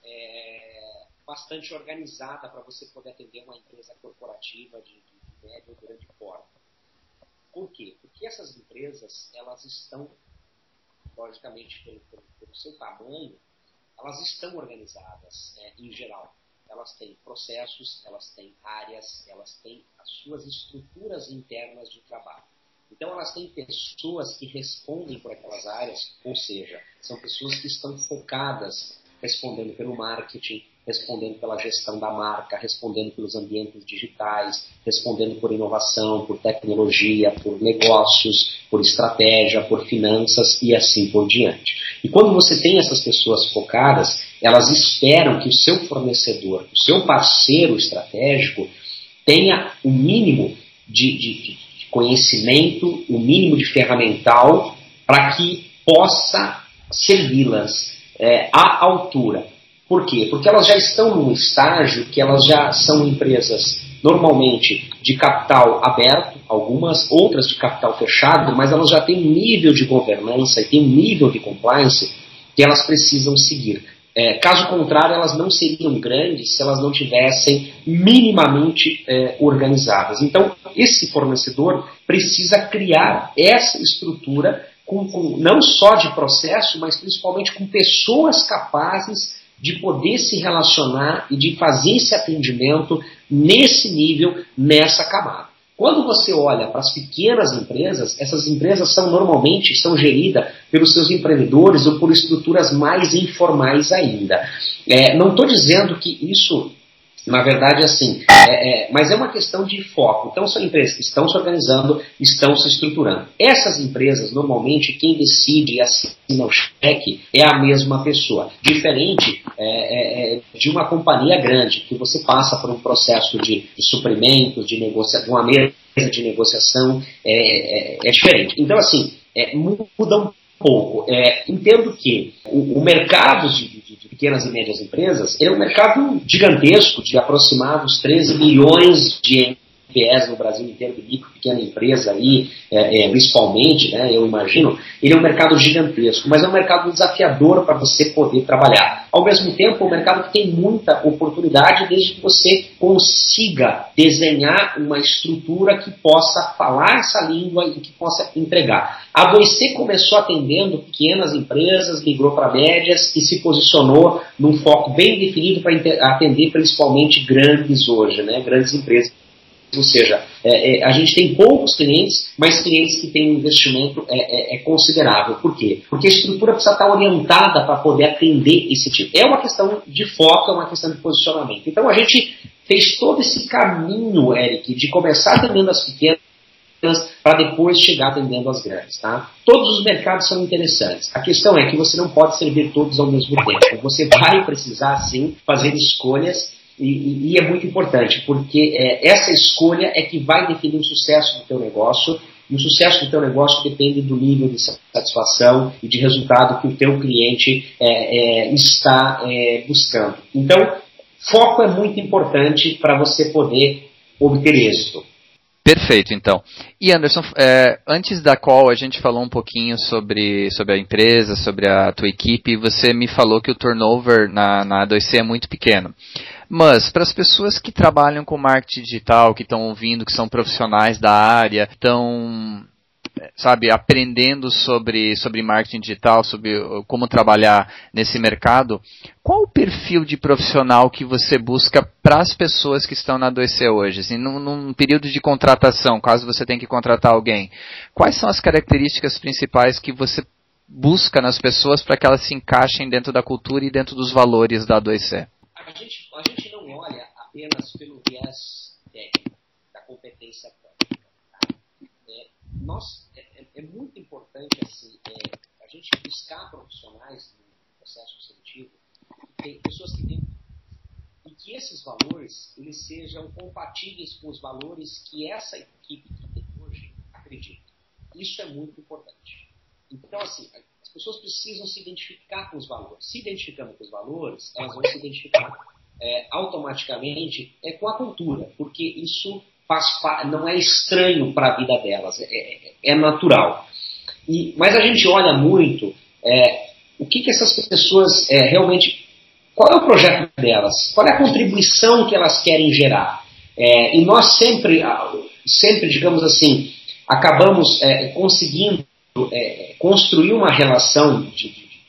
É, bastante organizada para você poder atender uma empresa corporativa de, de médio ou grande porte. Por quê? Porque essas empresas, elas estão, logicamente, pelo, pelo, pelo seu tamanho, elas estão organizadas, né, em geral. elas têm processos, elas têm áreas, elas têm as suas estruturas internas de trabalho. Então, elas têm pessoas que respondem por aquelas áreas, ou seja, são pessoas que estão focadas, respondendo pelo marketing, respondendo pela gestão da marca, respondendo pelos ambientes digitais, respondendo por inovação, por tecnologia, por negócios, por estratégia, por finanças e assim por diante. E quando você tem essas pessoas focadas, elas esperam que o seu fornecedor, o seu parceiro estratégico, tenha o mínimo de, de, de conhecimento, o mínimo de ferramental para que possa servi-las é, à altura. Por quê? Porque elas já estão num estágio que elas já são empresas normalmente de capital aberto, algumas, outras de capital fechado, mas elas já têm um nível de governança e têm um nível de compliance que elas precisam seguir. É, caso contrário, elas não seriam grandes se elas não tivessem minimamente é, organizadas. Então, esse fornecedor precisa criar essa estrutura com, com, não só de processo, mas principalmente com pessoas capazes de poder se relacionar e de fazer esse atendimento nesse nível, nessa camada. Quando você olha para as pequenas empresas, essas empresas são normalmente são geridas pelos seus empreendedores ou por estruturas mais informais ainda. É, não estou dizendo que isso, na verdade, assim, é, é, mas é uma questão de foco. Então, são empresas que estão se organizando, estão se estruturando. Essas empresas, normalmente, quem decide e assina o cheque é a mesma pessoa. Diferente é, é, de uma companhia grande, que você passa por um processo de, de suprimentos, de, negocia, de uma mesa de negociação, é, é, é diferente. Então, assim, é, muda um pouco. É, entendo que o, o mercado de, de, de pequenas e médias empresas ele é um mercado gigantesco, de aproximados treze milhões de N P S no Brasil inteiro, de micro, pequena empresa aí, é, é, principalmente, né, eu imagino. Ele é um mercado gigantesco, mas é um mercado desafiador para você poder trabalhar. Ao mesmo tempo, é um mercado que tem muita oportunidade desde que você consiga desenhar uma estrutura que possa falar essa língua e que possa entregar. A dois C começou atendendo pequenas empresas, migrou para médias e se posicionou num foco bem definido para atender principalmente grandes hoje, né, grandes empresas. Ou seja, é, é, a gente tem poucos clientes, mas clientes que têm um investimento é, é, é considerável. Por quê? Porque a estrutura precisa estar orientada para poder atender esse tipo. É uma questão de foco, é uma questão de posicionamento. Então a gente fez todo esse caminho, Eric, de começar atendendo as pequenas para depois chegar atendendo as grandes. Tá? Todos os mercados são interessantes. A questão é que você não pode servir todos ao mesmo tempo. Você vai precisar, sim, fazer escolhas. E, e, e é muito importante, porque é, essa escolha é que vai definir o sucesso do teu negócio, e o sucesso do teu negócio depende do nível de satisfação e de resultado que o teu cliente é, é, está é, buscando. Então, foco é muito importante para você poder obter êxito. Perfeito, então. E Anderson, é, antes da call a gente falou um pouquinho sobre, sobre a empresa, sobre a tua equipe, e você me falou que o turnover na, na A dois C é muito pequeno. Mas, para as pessoas que trabalham com marketing digital, que estão ouvindo, que são profissionais da área, estão, sabe, aprendendo sobre, sobre marketing digital, sobre como trabalhar nesse mercado, qual o perfil de profissional que você busca para as pessoas que estão na A dois C hoje? Assim, num, num período de contratação, caso você tenha que contratar alguém, quais são as características principais que você busca nas pessoas para que elas se encaixem dentro da cultura e dentro dos valores da A dois C? A gente, a gente não olha apenas pelo viés técnico, da competência técnica. Tá? É, nós, é, é muito importante assim, é, a gente buscar profissionais no processo seletivo, tem pessoas que têm, e que esses valores eles sejam compatíveis com os valores que essa equipe que tem hoje acredita. Isso é muito importante. Então, assim, as pessoas precisam se identificar com os valores. Se identificando com os valores, elas vão se identificar é, automaticamente é, com a cultura, porque isso faz, não é estranho para a vida delas, é, é, é natural. E, mas a gente olha muito é, o que, que essas pessoas é, realmente... Qual é o projeto delas? Qual é a contribuição que elas querem gerar? É, e nós sempre, sempre, digamos assim, acabamos é, conseguindo É, construir uma relação de, de, de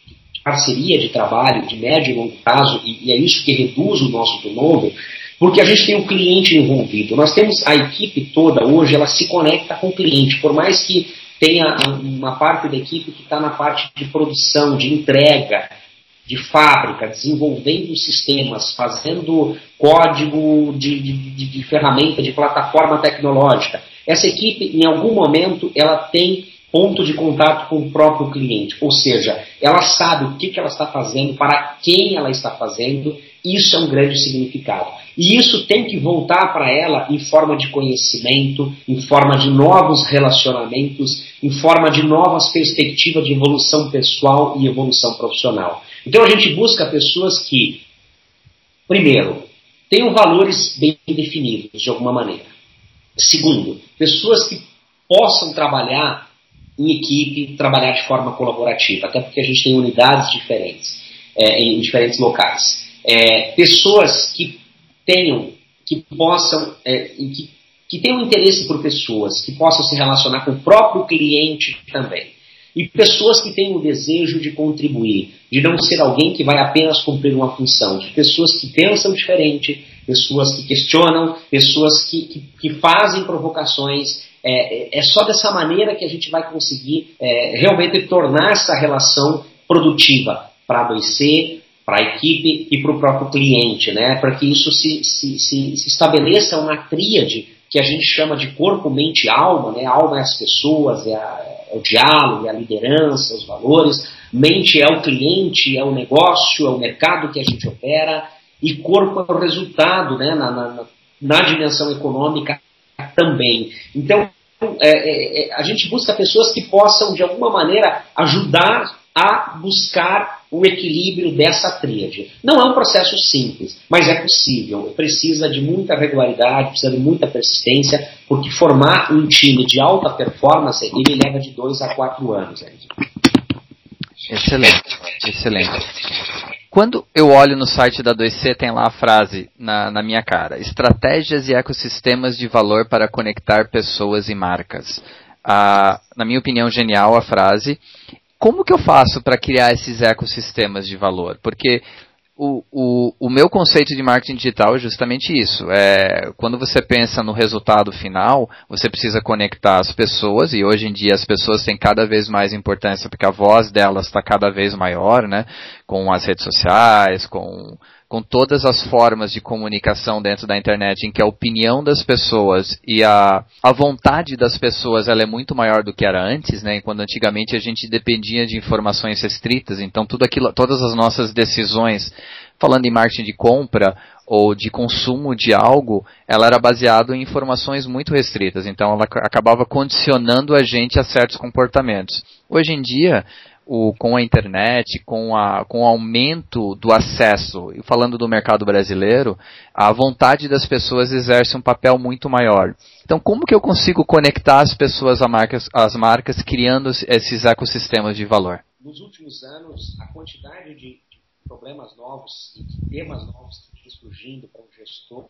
parceria, de trabalho, de médio e longo prazo, e, e é isso que reduz o nosso turnover, porque a gente tem o cliente envolvido. Nós temos a equipe toda hoje, ela se conecta com o cliente, por mais que tenha uma parte da equipe que está na parte de produção, de entrega, de fábrica, desenvolvendo sistemas, fazendo código de, de, de ferramenta, de plataforma tecnológica. Essa equipe, em algum momento, ela tem ponto de contato com o próprio cliente, ou seja, ela sabe o que, que ela está fazendo, para quem ela está fazendo, isso é um grande significado. E isso tem que voltar para ela em forma de conhecimento, em forma de novos relacionamentos, em forma de novas perspectivas de evolução pessoal e evolução profissional. Então a gente busca pessoas que, primeiro, tenham valores bem definidos de alguma maneira. Segundo, pessoas que possam trabalhar em equipe, trabalhar de forma colaborativa, até porque a gente tem unidades diferentes, é, em diferentes locais. É, pessoas que tenham, que possam, é, que, que tenham interesse por pessoas, que possam se relacionar com o próprio cliente também. E pessoas que tenham o desejo de contribuir, de não ser alguém que vai apenas cumprir uma função, de pessoas que pensam diferente, pessoas que questionam, pessoas que, que, que fazem provocações. É, é só dessa maneira que a gente vai conseguir é, realmente tornar essa relação produtiva para a dois C, para a equipe e para o próprio cliente, né? Para que isso se, se, se, se estabeleça uma tríade que a gente chama de corpo, mente e alma, né? A alma é as pessoas, é, a, é o diálogo, é a liderança, os valores. Mente é o cliente, é o negócio, é o mercado que a gente opera. E corpo é o resultado, né? na, na, na dimensão econômica também. Então, é, é, a gente busca pessoas que possam, de alguma maneira, ajudar a buscar o equilíbrio dessa tríade. Não é um processo simples, mas é possível. Precisa de muita regularidade, precisa de muita persistência, porque formar um time de alta performance, ele leva de dois a quatro anos. Edson. Excelente, excelente. Quando eu olho no site da dois C, tem lá a frase na, na minha cara: estratégias e ecossistemas de valor para conectar pessoas e marcas. Ah, na minha opinião, genial a frase. Como que eu faço para criar esses ecossistemas de valor? Porque o, o, o meu conceito de marketing digital é justamente isso. É, quando você pensa no resultado final, você precisa conectar as pessoas, e hoje em dia as pessoas têm cada vez mais importância, porque a voz delas está cada vez maior, né? Com as redes sociais, com... com todas as formas de comunicação dentro da internet, em que a opinião das pessoas e a, a vontade das pessoas ela é muito maior do que era antes, né? Quando antigamente a gente dependia de informações restritas, então tudo aquilo, todas as nossas decisões, falando em marketing de compra ou de consumo de algo, ela era baseada em informações muito restritas, então ela acabava condicionando a gente a certos comportamentos. Hoje em dia, O, com a internet, com, a, com o aumento do acesso, e falando do mercado brasileiro, a vontade das pessoas exerce um papel muito maior. Então, como que eu consigo conectar as pessoas às marcas, às marcas criando esses ecossistemas de valor? Nos últimos anos, a quantidade de problemas novos e de temas novos que vem surgindo para o gestor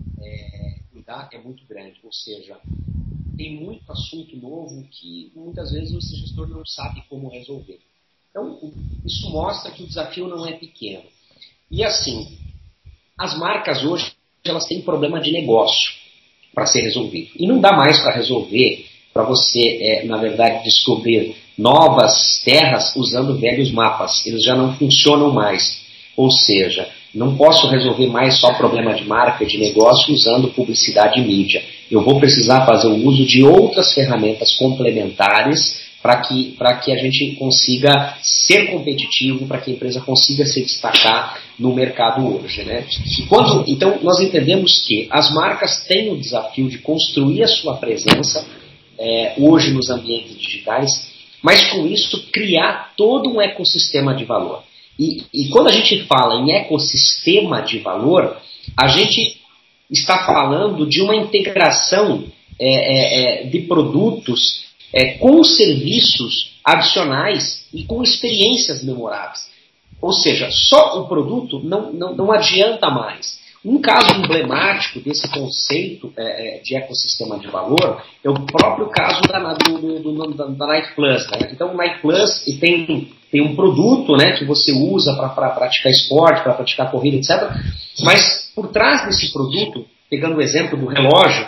é, cuidar é muito grande. Ou seja, tem muito assunto novo que muitas vezes o gestor não sabe como resolver. Então, isso mostra que o desafio não é pequeno. E assim, as marcas hoje, elas têm problema de negócio para ser resolvido. E não dá mais para resolver, para você, é, na verdade, descobrir novas terras usando velhos mapas. Eles já não funcionam mais. Ou seja, não posso resolver mais só problema de marca e de negócio usando publicidade e mídia. Eu vou precisar fazer o uso de outras ferramentas complementares para que, para que a gente consiga ser competitivo, para que a empresa consiga se destacar no mercado hoje, né? Quando, então, nós entendemos que as marcas têm o desafio de construir a sua presença é, hoje nos ambientes digitais, mas com isso criar todo um ecossistema de valor. E, e quando a gente fala em ecossistema de valor, a gente está falando de uma integração é, é, de produtos é, com serviços adicionais e com experiências memoráveis. Ou seja, só o produto não, não, não adianta mais. Um caso emblemático desse conceito é, de ecossistema de valor é o próprio caso da, do, do, do, da, da Nike Plus. Né? Então, o Nike Plus tem tem um produto, né, que você usa para praticar esporte, para praticar corrida, etcétera. Mas por trás desse produto, pegando o exemplo do relógio,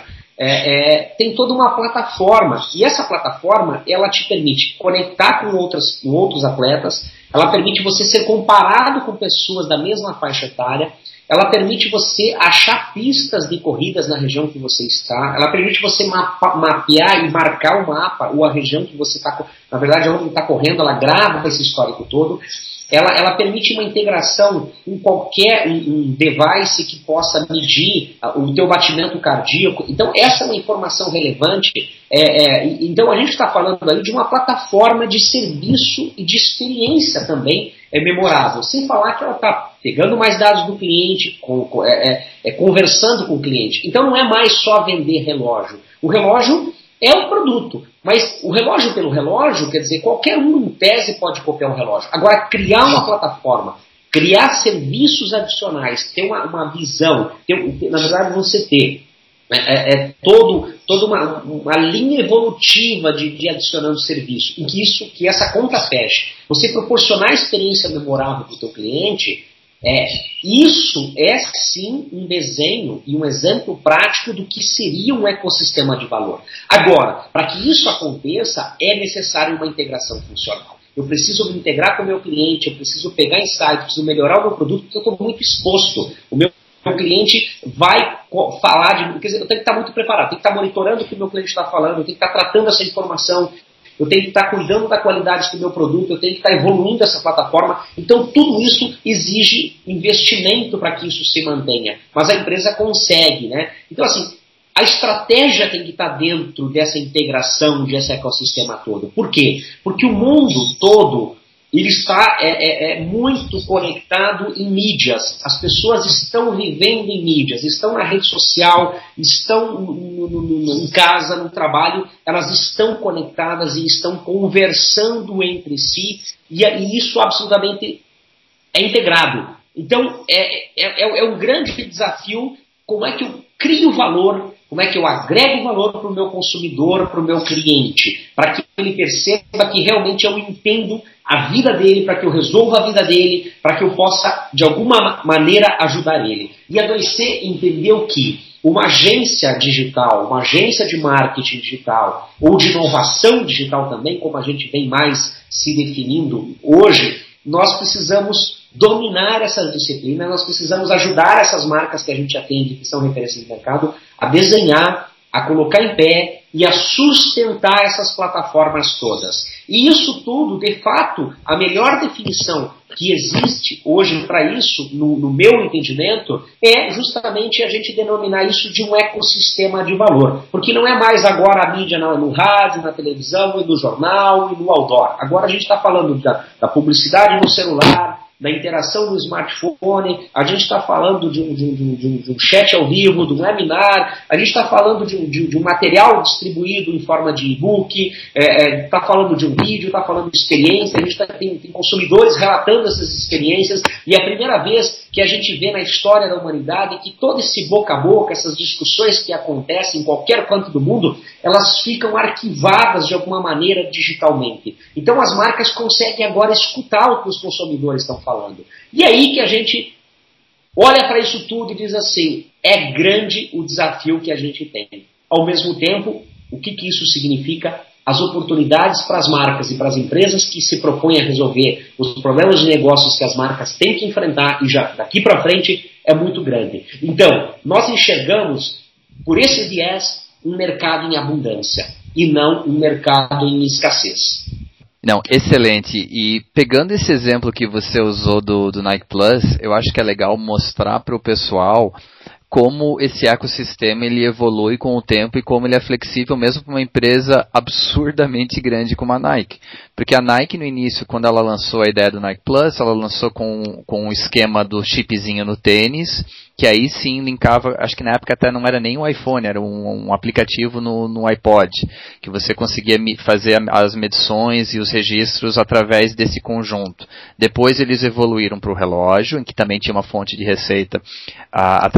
é, é, tem toda uma plataforma. E essa plataforma, ela te permite conectar com, outras, com outros atletas, ela permite você ser comparado com pessoas da mesma faixa etária, ela permite você achar pistas de corridas na região que você está, ela permite você mapa, mapear e marcar o mapa, ou a região que você está, na verdade, onde está correndo, ela grava esse histórico todo. Ela, ela permite uma integração em qualquer um, um device que possa medir o teu batimento cardíaco. Então, essa é uma informação relevante. É, é, então, a gente está falando aí de uma plataforma de serviço e de experiência também é memorável. Sem falar que ela está pegando mais dados do cliente, com, com, é, é, conversando com o cliente. Então, não é mais só vender relógio. O relógio é um produto, mas o relógio pelo relógio, quer dizer, qualquer um em tese pode copiar um relógio. Agora, criar uma plataforma, criar serviços adicionais, ter uma, uma visão, ter, na verdade você ter é, é, todo, toda uma, uma linha evolutiva de, de adicionando serviço, em que, isso, que essa conta feche. Você proporcionar experiência memorável para o teu cliente, É, isso é sim um desenho e um exemplo prático do que seria um ecossistema de valor. Agora, para que isso aconteça, é necessário uma integração funcional. Eu preciso me integrar com o meu cliente, eu preciso pegar insights, preciso melhorar o meu produto, porque eu estou muito exposto. O meu, meu cliente vai falar de... Quer dizer, eu tenho que estar muito preparado, tenho que estar monitorando o que o meu cliente está falando, eu tenho que estar tratando essa informação, eu tenho que estar cuidando da qualidade do meu produto, eu tenho que estar evoluindo essa plataforma. Então, tudo isso exige investimento para que isso se mantenha. Mas a empresa consegue, né? Então, assim, a estratégia tem que estar dentro dessa integração, desse ecossistema todo. Por quê? Porque o mundo todo ele está é, é, é muito conectado em mídias. As pessoas estão vivendo em mídias, estão na rede social, estão no, no, no, em casa, no trabalho, elas estão conectadas e estão conversando entre si, e, e isso absolutamente é integrado. Então, é, é, é um grande desafio, como é que eu crio valor, como é que eu agrego valor para o meu consumidor, para o meu cliente, para que ele perceba que realmente eu entendo a vida dele, para que eu resolva a vida dele, para que eu possa, de alguma maneira, ajudar ele. E a dois C entendeu que uma agência digital, uma agência de marketing digital, ou de inovação digital também, como a gente vem mais se definindo hoje, nós precisamos dominar essas disciplinas, nós precisamos ajudar essas marcas que a gente atende, que são referências de mercado, a desenhar, a colocar em pé e a sustentar essas plataformas todas. E isso tudo, de fato, a melhor definição que existe hoje para isso, no, no meu entendimento, é justamente a gente denominar isso de um ecossistema de valor. Porque não é mais agora a mídia no, no rádio, na televisão, e no jornal, e no outdoor. Agora a gente está falando da, da publicidade no celular, da interação no smartphone, a gente está falando de um, de, um, de, um, de um chat ao vivo, de um webinar, a gente está falando de um, de, de um material distribuído em forma de e-book, está é, é, falando de um vídeo, está falando de experiência, a gente tá, tem, tem consumidores relatando essas experiências, e é a primeira vez que a gente vê na história da humanidade que todo esse boca a boca, essas discussões que acontecem em qualquer canto do mundo, elas ficam arquivadas de alguma maneira digitalmente. Então as marcas conseguem agora escutar o que os consumidores estão falando. Falando. E aí que a gente olha para isso tudo e diz assim, é grande o desafio que a gente tem. Ao mesmo tempo, o que, que isso significa? As oportunidades para as marcas e para as empresas que se propõem a resolver os problemas de negócios que as marcas têm que enfrentar e já daqui para frente é muito grande. Então, nós enxergamos, por esse viés, um mercado em abundância e não um mercado em escassez. Não, excelente. E pegando esse exemplo que você usou do, do Nike Plus, eu acho que é legal mostrar para o pessoal como esse ecossistema ele evolui com o tempo e como ele é flexível mesmo para uma empresa absurdamente grande como a Nike. Porque a Nike no início, quando ela lançou a ideia do Nike Plus, ela lançou com, com o esquema do chipzinho no tênis, que aí sim linkava, acho que na época até não era nem um iPhone, era um, um aplicativo no, no iPod, que você conseguia fazer as medições e os registros através desse conjunto. Depois eles evoluíram para o relógio, em que também tinha uma fonte de receita ah, através do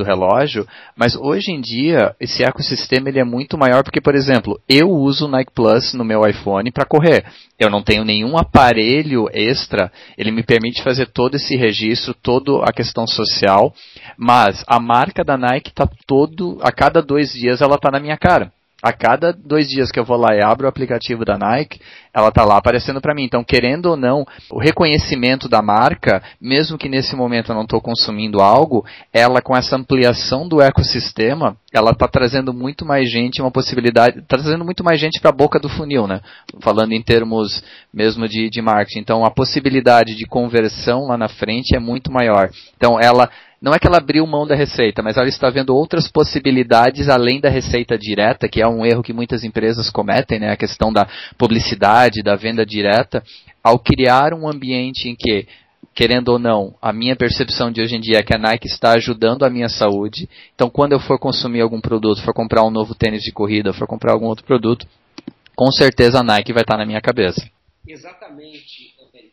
relógio, mas hoje em dia esse ecossistema ele é muito maior porque, por exemplo, eu uso o Nike Plus no meu iPhone para correr. Eu não tenho nenhum aparelho extra, ele me permite fazer todo esse registro, toda a questão social, mas a marca da Nike está todo, a cada dois dias ela está na minha cara. A cada dois dias que eu vou lá e abro o aplicativo da Nike, ela está lá aparecendo para mim. Então, querendo ou não, o reconhecimento da marca, mesmo que nesse momento eu não estou consumindo algo, ela com essa ampliação do ecossistema, ela está trazendo muito mais gente, uma possibilidade, tá trazendo muito mais gente para a boca do funil, né? Falando em termos mesmo de, de marketing. Então, a possibilidade de conversão lá na frente é muito maior. Então, ela... Não é que ela abriu mão da receita, mas ela está vendo outras possibilidades além da receita direta, que é um erro que muitas empresas cometem, né? A questão da publicidade, da venda direta, ao criar um ambiente em que, querendo ou não, a minha percepção de hoje em dia é que a Nike está ajudando a minha saúde. Então, quando eu for consumir algum produto, for comprar um novo tênis de corrida, for comprar algum outro produto, com certeza a Nike vai estar na minha cabeça. Exatamente, Eric.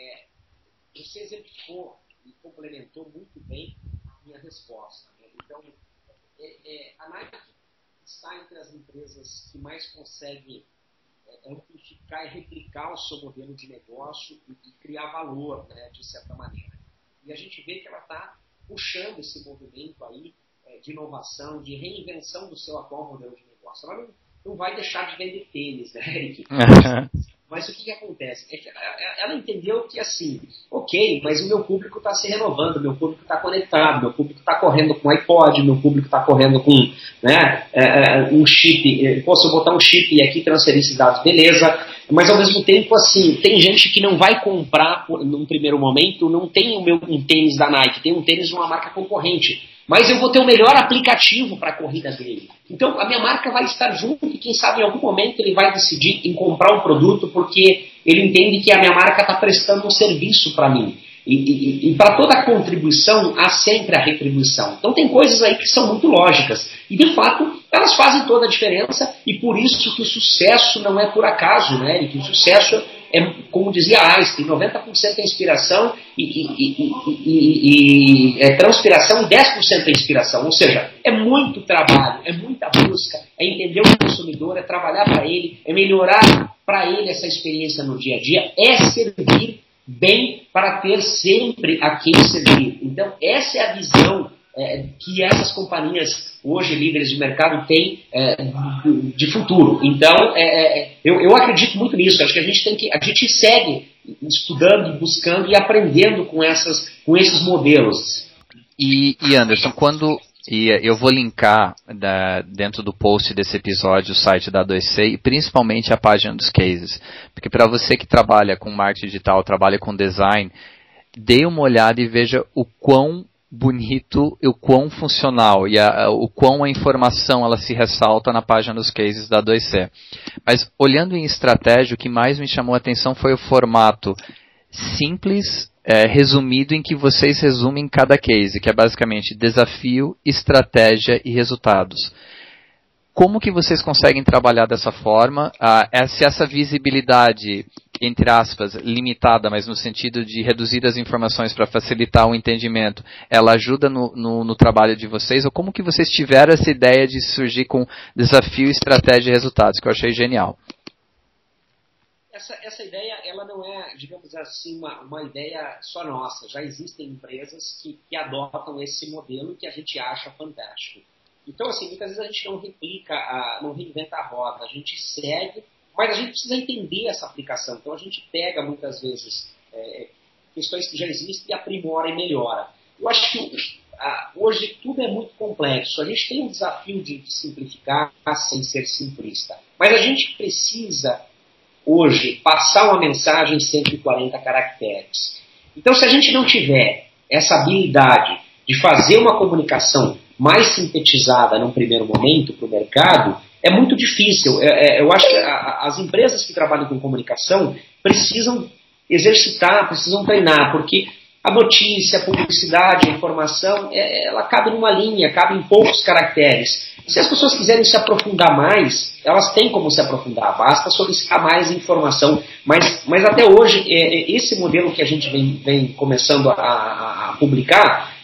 É, você exemplificou e complementou muito bem a minha resposta. Né? Então, é, é, a Nike está entre as empresas que mais conseguem é, amplificar e replicar o seu modelo de negócio e, e criar valor, né, de certa maneira. E a gente vê que ela está puxando esse movimento aí é, de inovação, de reinvenção do seu atual modelo de negócio. Ela não, não vai deixar de vender tênis, né, Eric? Mas o que, que acontece? É que ela, ela entendeu que, assim, ok, mas o meu público está se renovando, meu público está conectado, meu público está correndo com iPod, meu público está correndo com, né, é, um chip. Pô, se eu botar um chip e aqui transferir esses dados, beleza. Mas, ao mesmo tempo, assim, tem gente que não vai comprar, num primeiro momento, não tem o meu, um tênis da Nike, tem um tênis de uma marca concorrente. Mas eu vou ter o melhor aplicativo para a corrida dele. Então, a minha marca vai estar junto e, quem sabe, em algum momento ele vai decidir em comprar um produto porque ele entende que a minha marca está prestando um serviço para mim. E, e, e para toda contribuição, há sempre a retribuição. Então, tem coisas aí que são muito lógicas. E, de fato, elas fazem toda a diferença e por isso que o sucesso não é por acaso, né? E que o sucesso é, como dizia Einstein, noventa por cento é inspiração e, e, e, e, e é transpiração e dez por cento é inspiração. Ou seja, é muito trabalho, é muita busca, é entender o consumidor, é trabalhar para ele, é melhorar para ele essa experiência no dia a dia, é servir bem para ter sempre a quem servir. Então, essa é a visão é, que essas companhias hoje líderes de mercado têm é, de futuro. Então, é, é, eu, eu acredito muito nisso. Acho que a gente tem que, a gente segue estudando, buscando e aprendendo com, essas, com esses modelos. E, e Anderson, quando e eu vou linkar da, dentro do post desse episódio o site da A dois C e principalmente a página dos cases, porque para você que trabalha com marketing digital, trabalha com design, dê uma olhada e veja o quão bonito e o quão funcional e a, o quão a informação ela se ressalta na página dos cases da A dois C. Mas olhando em estratégia, o que mais me chamou a atenção foi o formato simples, é, resumido em que vocês resumem cada case, que é basicamente desafio, estratégia e resultados. Como que vocês conseguem trabalhar dessa forma? Ah, se essa visibilidade, entre aspas, limitada, mas no sentido de reduzir as informações para facilitar o entendimento, ela ajuda no, no, no trabalho de vocês? Ou como que vocês tiveram essa ideia de surgir com desafio, estratégia e resultados, que eu achei genial? Essa, essa ideia, ela não é, digamos assim, uma, uma ideia só nossa. Já existem empresas que, que adotam esse modelo que a gente acha fantástico. Então, assim, muitas vezes a gente não replica, a, não reinventa a roda, a gente segue, mas a gente precisa entender essa aplicação. Então, a gente pega, muitas vezes, é, questões que já existem e aprimora e melhora. Eu acho que a, hoje tudo é muito complexo. A gente tem um desafio de simplificar sem ser simplista. Mas a gente precisa, hoje, passar uma mensagem em cento e quarenta caracteres. Então, se a gente não tiver essa habilidade de fazer uma comunicação mais sintetizada num primeiro momento para o mercado, é muito difícil. É, é, eu acho que a, as empresas que trabalham com comunicação precisam exercitar, precisam treinar, porque a notícia, a publicidade, a informação, é, ela cabe numa linha, cabe em poucos caracteres. Se as pessoas quiserem se aprofundar mais, elas têm como se aprofundar, basta solicitar mais informação. Mas, mas até hoje, é, esse modelo que a gente vem, vem começando a, a, a publicar,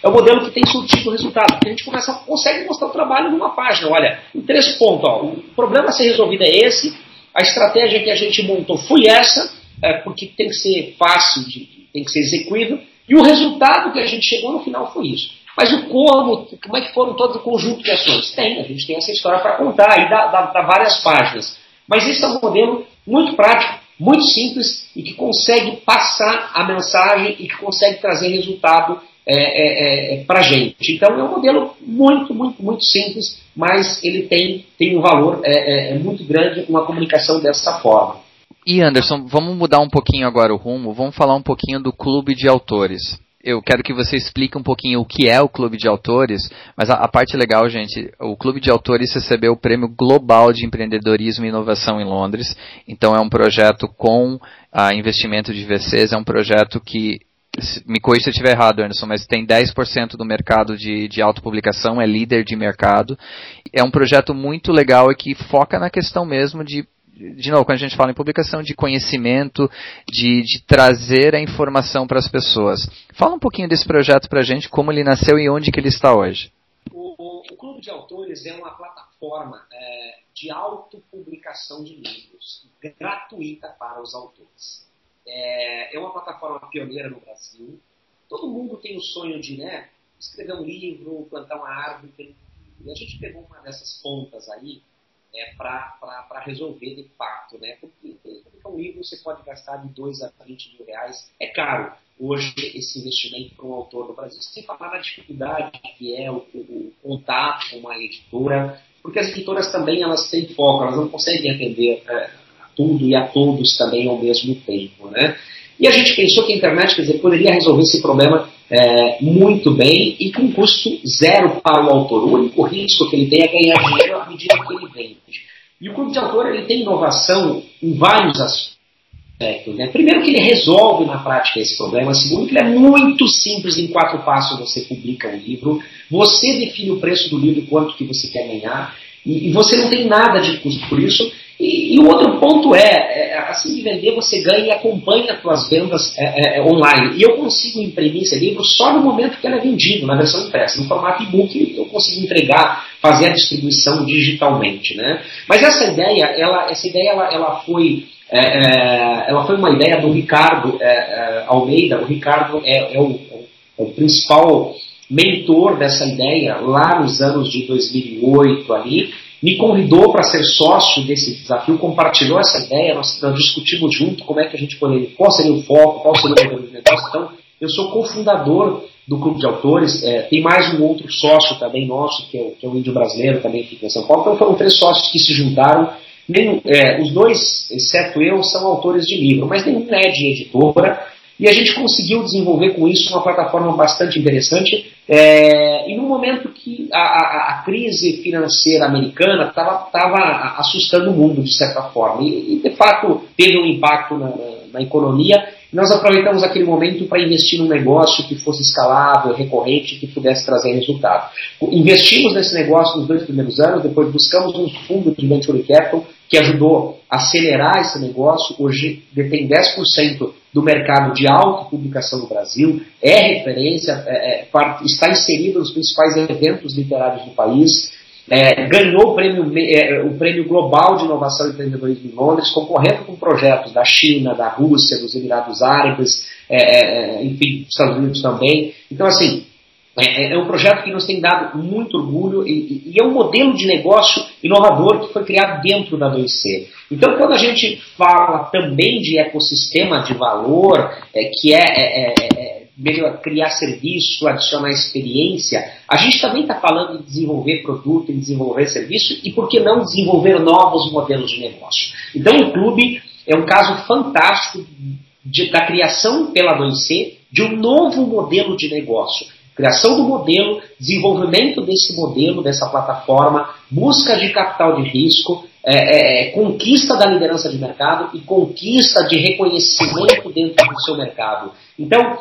é o modelo que tem surtido o resultado, porque a gente começa, consegue mostrar o trabalho numa página. Olha, em três pontos, ó, o problema a ser resolvido é esse, a estratégia que a gente montou foi essa, é, porque tem que ser fácil, de, tem que ser execuível, e o resultado que a gente chegou no final foi isso. Mas o como, como é que foram todo o conjunto de ações? Tem, a gente tem essa história para contar, e dá, dá, dá várias páginas. Mas esse é um modelo muito prático, muito simples, e que consegue passar a mensagem e que consegue trazer resultado é, é, é, para a gente. Então é um modelo muito, muito, muito simples, mas ele tem, tem um valor é, é, é muito grande, uma comunicação dessa forma. E Anderson, vamos mudar um pouquinho agora o rumo, vamos falar um pouquinho do Clube de Autores. Eu quero que você explique um pouquinho o que é o Clube de Autores, mas a, a parte legal, gente, o Clube de Autores recebeu o Prêmio Global de Empreendedorismo e Inovação em Londres, então é um projeto com a investimento de V Cs, é um projeto que, me corrija se eu estiver errado, Anderson, mas tem dez por cento do mercado de, de autopublicação, é líder de mercado, é um projeto muito legal e que foca na questão mesmo de de novo, quando a gente fala em publicação, de conhecimento, de, de trazer a informação para as pessoas. Fala um pouquinho desse projeto para a gente, como ele nasceu e onde que ele está hoje. O, o, o Clube de Autores é uma plataforma é, de autopublicação de livros, gratuita para os autores. É, é uma plataforma pioneira no Brasil. Todo mundo tem o sonho de, né, escrever um livro, plantar uma árvore. E a gente pegou uma dessas pontas aí, É, para resolver de fato, né? Porque, porque um livro você pode gastar de dois a vinte mil reais. É caro hoje esse investimento para um autor no Brasil, sem falar na dificuldade que é o, o, o contato com uma editora, porque as editoras também elas têm foco, elas não conseguem atender é, a tudo e a todos também ao mesmo tempo, né? E a gente pensou que a internet, quer dizer, poderia resolver esse problema é, muito bem e com custo zero para o autor. O único risco que ele tem é ganhar dinheiro à medida que ele vende. E o Clube de Autor ele tem inovação em vários aspectos. Né? Primeiro que ele resolve na prática esse problema. Segundo que ele é muito simples, em quatro passos você publica um livro, você define o preço do livro, quanto que você quer ganhar, e, e você não tem nada de custo por isso. E, e o outro ponto é, é, assim que vender, você ganha e acompanha as suas vendas é, é, online. E eu consigo imprimir esse livro só no momento que ele é vendido, na versão impressa. No formato e-book, eu consigo entregar, fazer a distribuição digitalmente. Né? Mas essa ideia, ela, essa ideia ela, ela, foi, é, é, ela foi uma ideia do Ricardo é, é, Almeida. O Ricardo é, é, o, é o principal mentor dessa ideia lá nos anos de dois mil e oito ali. Me convidou para ser sócio desse desafio, compartilhou essa ideia, nós, nós discutimos junto como é que a gente poderia, qual seria o foco, qual seria o modelo de negócio. Então, eu sou cofundador do Clube de Autores, é, tem mais um outro sócio também nosso, que é o, que é o índio brasileiro, também fica em São Paulo. Então foram três sócios que se juntaram. Nem, é, os dois, exceto eu, são autores de livro, mas nenhum é de editora. E a gente conseguiu desenvolver com isso uma plataforma bastante interessante. É, e no momento que a, a, a crise financeira americana estava assustando o mundo, de certa forma. E, e de fato, teve um impacto na, na economia. Nós aproveitamos aquele momento para investir num negócio que fosse escalável, recorrente, que pudesse trazer resultado. Investimos nesse negócio nos dois primeiros anos, depois buscamos um fundo de venture capital que ajudou a acelerar esse negócio. Hoje detém dez por cento do mercado de autopublicação no Brasil, é referência, é, é, está inserido nos principais eventos literários do país, é, ganhou o prêmio, é, o prêmio Global de Inovação e Empreendedorismo em Londres, concorrendo com projetos da China, da Rússia, dos Emirados Árabes, é, é, enfim, dos Estados Unidos também. Então, assim, é, é um projeto que nos tem dado muito orgulho e, e é um modelo de negócio inovador que foi criado dentro da dois C. Então, quando a gente fala também de ecossistema de valor, é, que é, é, é, é criar serviço, adicionar experiência, a gente também está falando de desenvolver produto, em desenvolver serviço e, por que não, desenvolver novos modelos de negócio. Então, o Clube é um caso fantástico de, da criação pela dois C de um novo modelo de negócio. Criação do modelo, desenvolvimento desse modelo, dessa plataforma, busca de capital de risco, é, é, conquista da liderança de mercado e conquista de reconhecimento dentro do seu mercado. Então,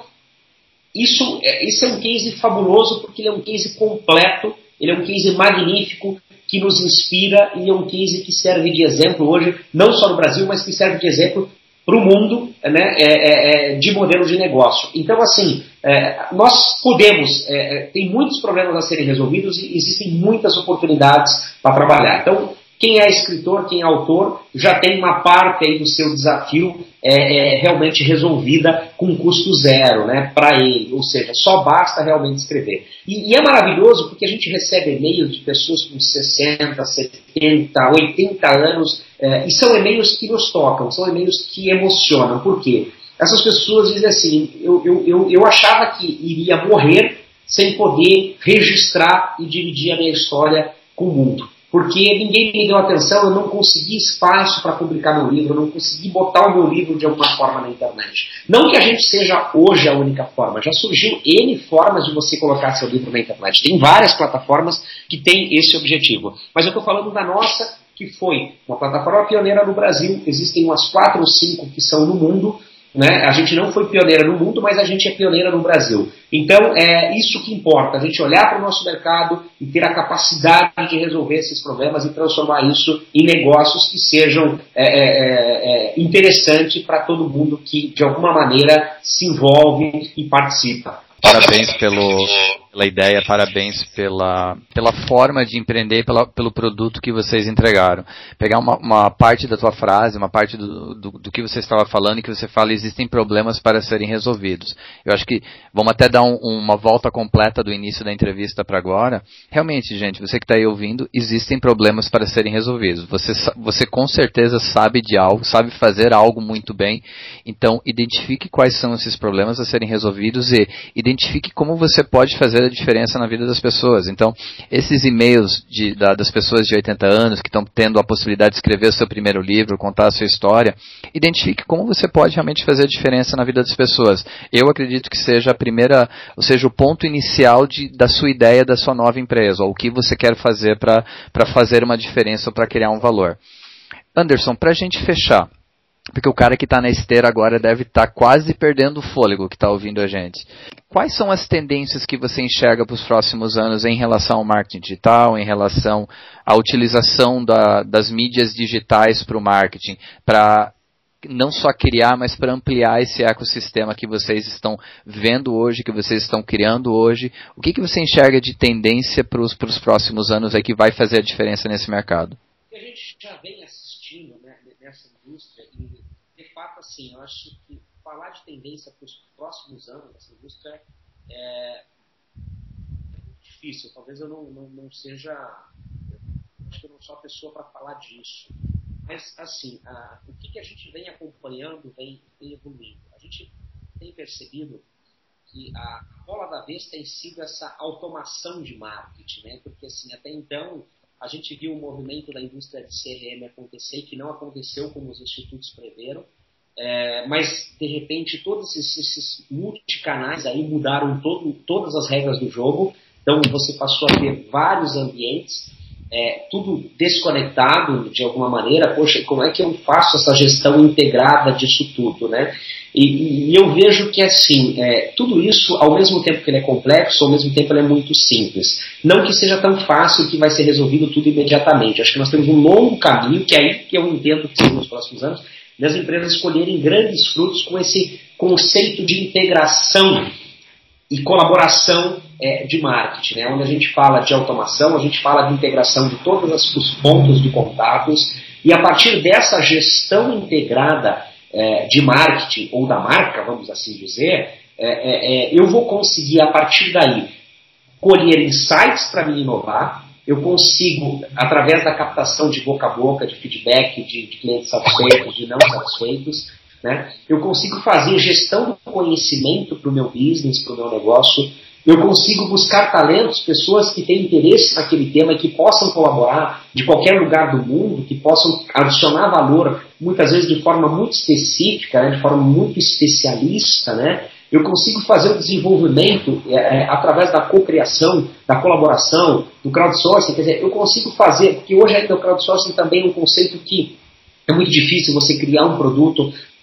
isso, isso é um case fabuloso porque ele é um case completo, ele é um case magnífico que nos inspira e é um case que serve de exemplo hoje, não só no Brasil, mas que serve de exemplo para o mundo, né, é, é, de modelo de negócio. Então, assim, é, nós podemos, é, tem muitos problemas a serem resolvidos e existem muitas oportunidades para trabalhar. Então, quem é escritor, quem é autor, já tem uma parte aí do seu desafio é, é, realmente resolvida com custo zero, né, para ele. Ou seja, só basta realmente escrever. E, e é maravilhoso porque a gente recebe e-mails de pessoas com sessenta, setenta, oitenta anos, é, e são e-mails que nos tocam, são e-mails que emocionam. Por quê? Essas pessoas dizem assim, eu, eu, eu, eu achava que iria morrer sem poder registrar e dividir a minha história com o mundo. Porque ninguém me deu atenção, eu não consegui espaço para publicar meu livro, eu não consegui botar o meu livro de alguma forma na internet. Não que a gente seja hoje a única forma, já surgiu N formas de você colocar seu livro na internet. Tem várias plataformas que têm esse objetivo. Mas eu estou falando da nossa, que foi uma plataforma pioneira no Brasil, existem umas quatro ou cinco que são no mundo, né? A gente não foi pioneira no mundo, mas a gente é pioneira no Brasil. Então é isso que importa, a gente olhar para o nosso mercado e ter a capacidade de resolver esses problemas e transformar isso em negócios que sejam é, é, é, interessantes para todo mundo que de alguma maneira se envolve e participa. Parabéns pelo, pela ideia, parabéns pela, pela forma de empreender, pela, pelo produto que vocês entregaram. Pegar uma, uma parte da tua frase, uma parte do, do, do que você estava falando e que você fala, existem problemas para serem resolvidos. Eu acho que vamos até dar um, uma volta completa do início da entrevista para agora. Realmente, gente, você que está aí ouvindo, existem problemas para serem resolvidos. Você, você com certeza sabe de algo, sabe fazer algo muito bem. Então, identifique quais são esses problemas a serem resolvidos e identifique como você pode fazer a diferença na vida das pessoas. Então, esses e-mails de, da, das pessoas de oitenta anos que estão tendo a possibilidade de escrever o seu primeiro livro, contar a sua história, identifique como você pode realmente fazer a diferença na vida das pessoas. Eu acredito que seja a primeira, ou seja, o ponto inicial de, da sua ideia, da sua nova empresa, ou o que você quer fazer para fazer uma diferença ou para criar um valor. Anderson, para a gente fechar, porque o cara que está na esteira agora deve estar tá quase perdendo o fôlego que está ouvindo a gente. Quais são as tendências que você enxerga para os próximos anos em relação ao marketing digital, em relação à utilização da, das mídias digitais para o marketing, para não só criar, mas para ampliar esse ecossistema que vocês estão vendo hoje, que vocês estão criando hoje? O que, que você enxerga de tendência para os próximos anos aí que vai fazer a diferença nesse mercado? A gente já vem assistindo, né, nessa indústria e, de fato, assim, eu acho que falar de tendência para os próximos anos dessa indústria é, é muito difícil. Talvez eu não, não, não seja, eu acho que eu não sou a pessoa para falar disso. Mas, assim, a, o que, que a gente vem acompanhando, vem, vem evoluindo. A gente tem percebido que a bola da vez tem sido essa automação de marketing, né? Porque, assim, até então a gente viu o movimento da indústria de C R M acontecer, que não aconteceu como os institutos preveram, é, mas, de repente, todos esses, esses multicanais aí mudaram todo, todas as regras do jogo. Então, você passou a ter vários ambientes, é, tudo desconectado de alguma maneira. Poxa, como é que eu faço essa gestão integrada disso tudo, né? E, e eu vejo que, assim, é, tudo isso, ao mesmo tempo que ele é complexo, ao mesmo tempo ele é muito simples. Não que seja tão fácil que vai ser resolvido tudo imediatamente. Acho que nós temos um longo caminho, que é aí que eu entendo que são nos próximos anos, das empresas escolherem grandes frutos com esse conceito de integração e colaboração é, de marketing, né? Onde a gente fala de automação, a gente fala de integração de todos os pontos de contatos, e a partir dessa gestão integrada é, de marketing, ou da marca, vamos assim dizer, é, é, é, eu vou conseguir, a partir daí, colher insights para me inovar. Eu consigo, através da captação de boca a boca, de feedback, de, de clientes satisfeitos, de não satisfeitos, né? Eu consigo fazer gestão do conhecimento para o meu business, para o meu negócio. Eu consigo buscar talentos, pessoas que têm interesse naquele tema e que possam colaborar de qualquer lugar do mundo, que possam adicionar valor, muitas vezes de forma muito específica, né? De forma muito especialista, né? Eu consigo fazer o desenvolvimento é, é, através da cocriação, da colaboração, do crowdsourcing. Quer dizer, eu consigo fazer, porque hoje ainda o crowdsourcing também é um conceito que é muito difícil você criar um produto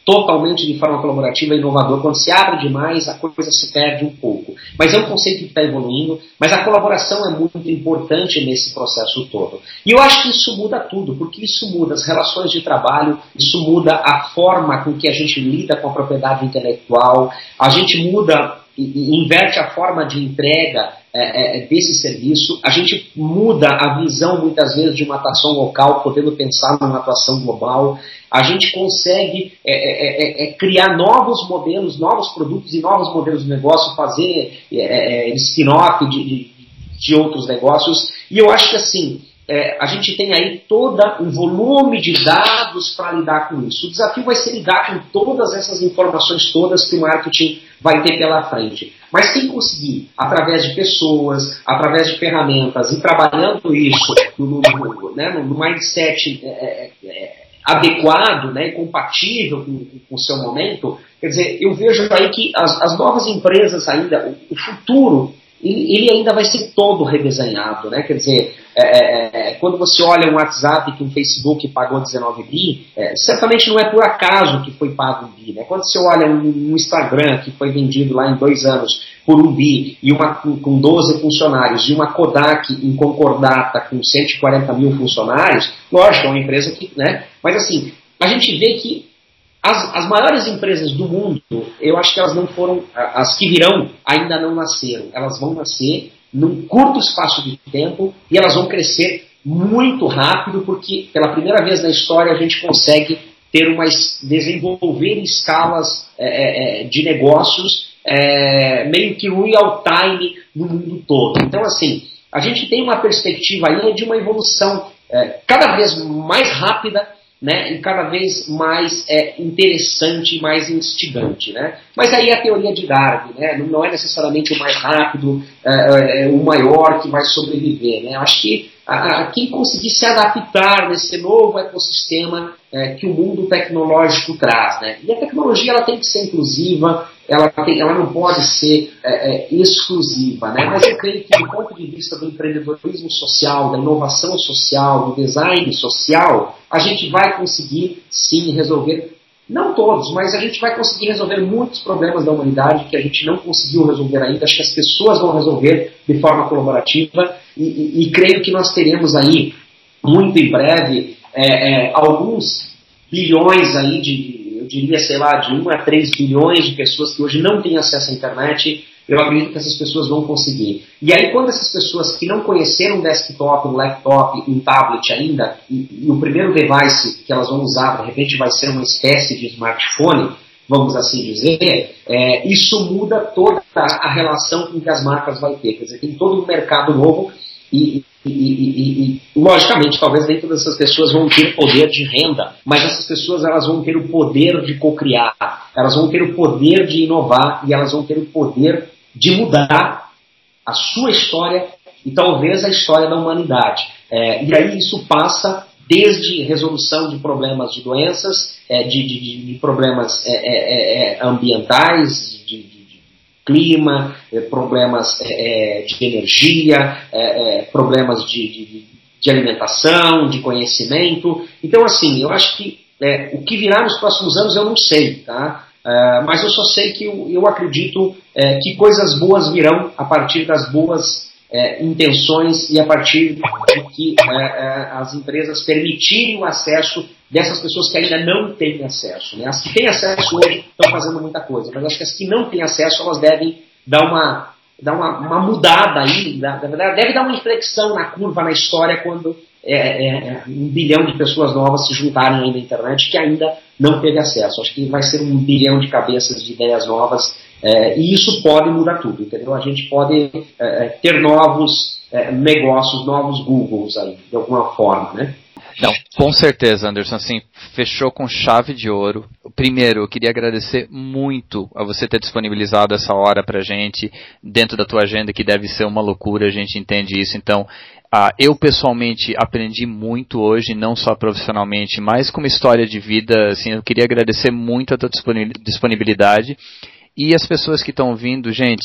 totalmente de forma colaborativa e inovador. Quando se abre demais, a coisa se perde um pouco. Mas é um conceito que está evoluindo, mas a colaboração é muito importante nesse processo todo. E eu acho que isso muda tudo, porque isso muda as relações de trabalho, isso muda a forma com que a gente lida com a propriedade intelectual, a gente muda e inverte a forma de entrega é, é, desse serviço, a gente muda a visão muitas vezes de uma atuação local, podendo pensar numa atuação global, a gente consegue é, é, é, criar novos modelos, novos produtos e novos modelos de negócio, fazer é, é, spin-off de, de, de outros negócios, e eu acho que assim, É, a gente tem aí todo um volume de dados para lidar com isso. O desafio vai ser lidar com todas essas informações todas que o marketing vai ter pela frente. Mas quem conseguir, através de pessoas, através de ferramentas, e trabalhando isso no, no, né, no mindset é, é, adequado, né, e compatível com, com o seu momento, quer dizer, eu vejo aí que as, as novas empresas ainda, o, o futuro, ele, ele ainda vai ser todo redesenhado, né? Quer dizer, é, é, quando você olha um WhatsApp que um Facebook pagou dezenove bi, é, certamente não é por acaso que foi pago um bi, né? Quando você olha um, um Instagram que foi vendido lá em dois anos por um bi, e uma, com, com doze funcionários, e uma Kodak em concordata com cento e quarenta mil funcionários, lógico, é uma empresa que, né? Mas assim, a gente vê que As, as maiores empresas do mundo, eu acho que elas não foram, as que virão ainda não nasceram. Elas vão nascer num curto espaço de tempo e elas vão crescer muito rápido, porque pela primeira vez na história a gente consegue ter uma, desenvolver escalas é, é, de negócios é, meio que real time no mundo todo. Então assim, a gente tem uma perspectiva aí de uma evolução é, cada vez mais rápida, né, e cada vez mais é, interessante e mais instigante, né? Mas aí é a teoria de Darwin, né? Não é necessariamente o mais rápido, é, é, o maior que vai sobreviver, né? Eu acho que a, a, quem conseguir se adaptar nesse novo ecossistema é, que o mundo tecnológico traz, né? E a tecnologia ela tem que ser inclusiva, ela, tem, ela não pode ser é, é, exclusiva, né? Mas eu creio que do ponto de vista do empreendedorismo social, da inovação social, do design social, a gente vai conseguir sim resolver, não todos, mas a gente vai conseguir resolver muitos problemas da humanidade que a gente não conseguiu resolver ainda. Acho que as pessoas vão resolver de forma colaborativa e, e, e creio que nós teremos aí, muito em breve, é, é, alguns bilhões aí de, eu diria, sei lá, de um a três bilhões de pessoas que hoje não têm acesso à internet. Eu acredito que essas pessoas vão conseguir. E aí, quando essas pessoas que não conheceram um desktop, um laptop, um tablet ainda, e, e o primeiro device que elas vão usar, de repente, vai ser uma espécie de smartphone, vamos assim dizer, é, isso muda toda a relação com que as marcas vão ter. Quer dizer, tem todo um mercado novo e, e, e, e, logicamente, talvez nem todas essas pessoas vão ter poder de renda, mas essas pessoas elas vão ter o poder de cocriar, elas vão ter o poder de inovar e elas vão ter o poder de mudar a sua história e talvez a história da humanidade. É, e aí isso passa desde resolução de problemas de doenças, é, de, de, de problemas é, é, é, ambientais, de, de, de clima, é, problemas é, de energia, é, é, problemas de, de, de alimentação, de conhecimento. Então, assim, eu acho que é, o que virá nos próximos anos eu não sei, tá? Uh, mas eu só sei que eu, eu acredito é, que coisas boas virão a partir das boas é, intenções e a partir de que é, é, as empresas permitirem o acesso dessas pessoas que ainda não têm acesso, né? As que têm acesso hoje estão fazendo muita coisa, mas acho que as que não têm acesso, elas devem dar uma, dar uma, uma mudada aí, na verdade, deve dar uma inflexão na curva, na história, quando é, é, um bilhão de pessoas novas se juntarem aí na internet que ainda não teve acesso. Acho que vai ser um bilhão de cabeças de ideias novas é, e isso pode mudar tudo, entendeu? A gente pode é, ter novos é, negócios, novos Googles aí, de alguma forma, né? Não, com certeza, Anderson, assim, fechou com chave de ouro. Primeiro, eu queria agradecer muito a você ter disponibilizado essa hora pra gente, dentro da tua agenda, que deve ser uma loucura, a gente entende isso. Então, ah, eu pessoalmente aprendi muito hoje, não só profissionalmente, mas como história de vida, assim, eu queria agradecer muito a tua disponibilidade. E as pessoas que estão ouvindo, gente,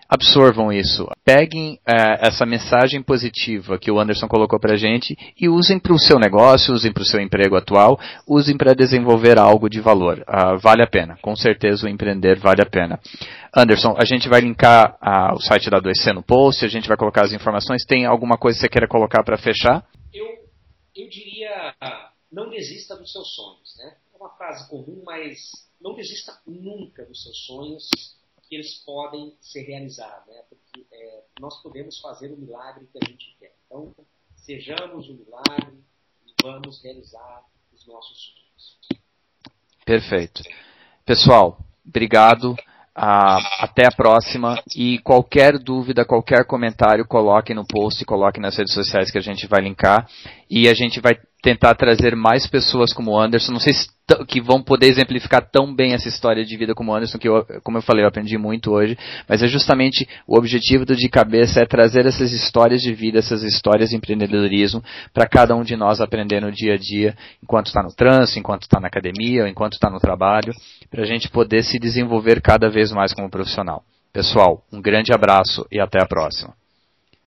absorvam isso. Peguem é, essa mensagem positiva que o Anderson colocou para a gente e usem para o seu negócio, usem para o seu emprego atual, usem para desenvolver algo de valor. Uh, vale a pena. Com certeza o empreender vale a pena. Anderson, a gente vai linkar uh, o site da dois C no post, a gente vai colocar as informações. Tem alguma coisa que você queira colocar para fechar? Eu, eu diria, não desista dos seus sonhos, né? É uma frase comum, mas não desista nunca dos seus sonhos, que eles podem ser realizados, né? Porque é, nós podemos fazer o milagre que a gente quer. Então, sejamos o milagre e vamos realizar os nossos sonhos. Perfeito. Pessoal, obrigado. Uh, até a próxima. E qualquer dúvida, qualquer comentário, coloquem no post, coloquem nas redes sociais que a gente vai linkar. E a gente vai tentar trazer mais pessoas como o Anderson. Não sei se t- que vão poder exemplificar tão bem essa história de vida como o Anderson, que eu, como eu falei, eu aprendi muito hoje. Mas é justamente o objetivo do De Cabeça é trazer essas histórias de vida, essas histórias de empreendedorismo para cada um de nós aprender no dia a dia, enquanto está no trânsito, enquanto está na academia, ou enquanto está no trabalho, para a gente poder se desenvolver cada vez mais como profissional. Pessoal, um grande abraço e até a próxima.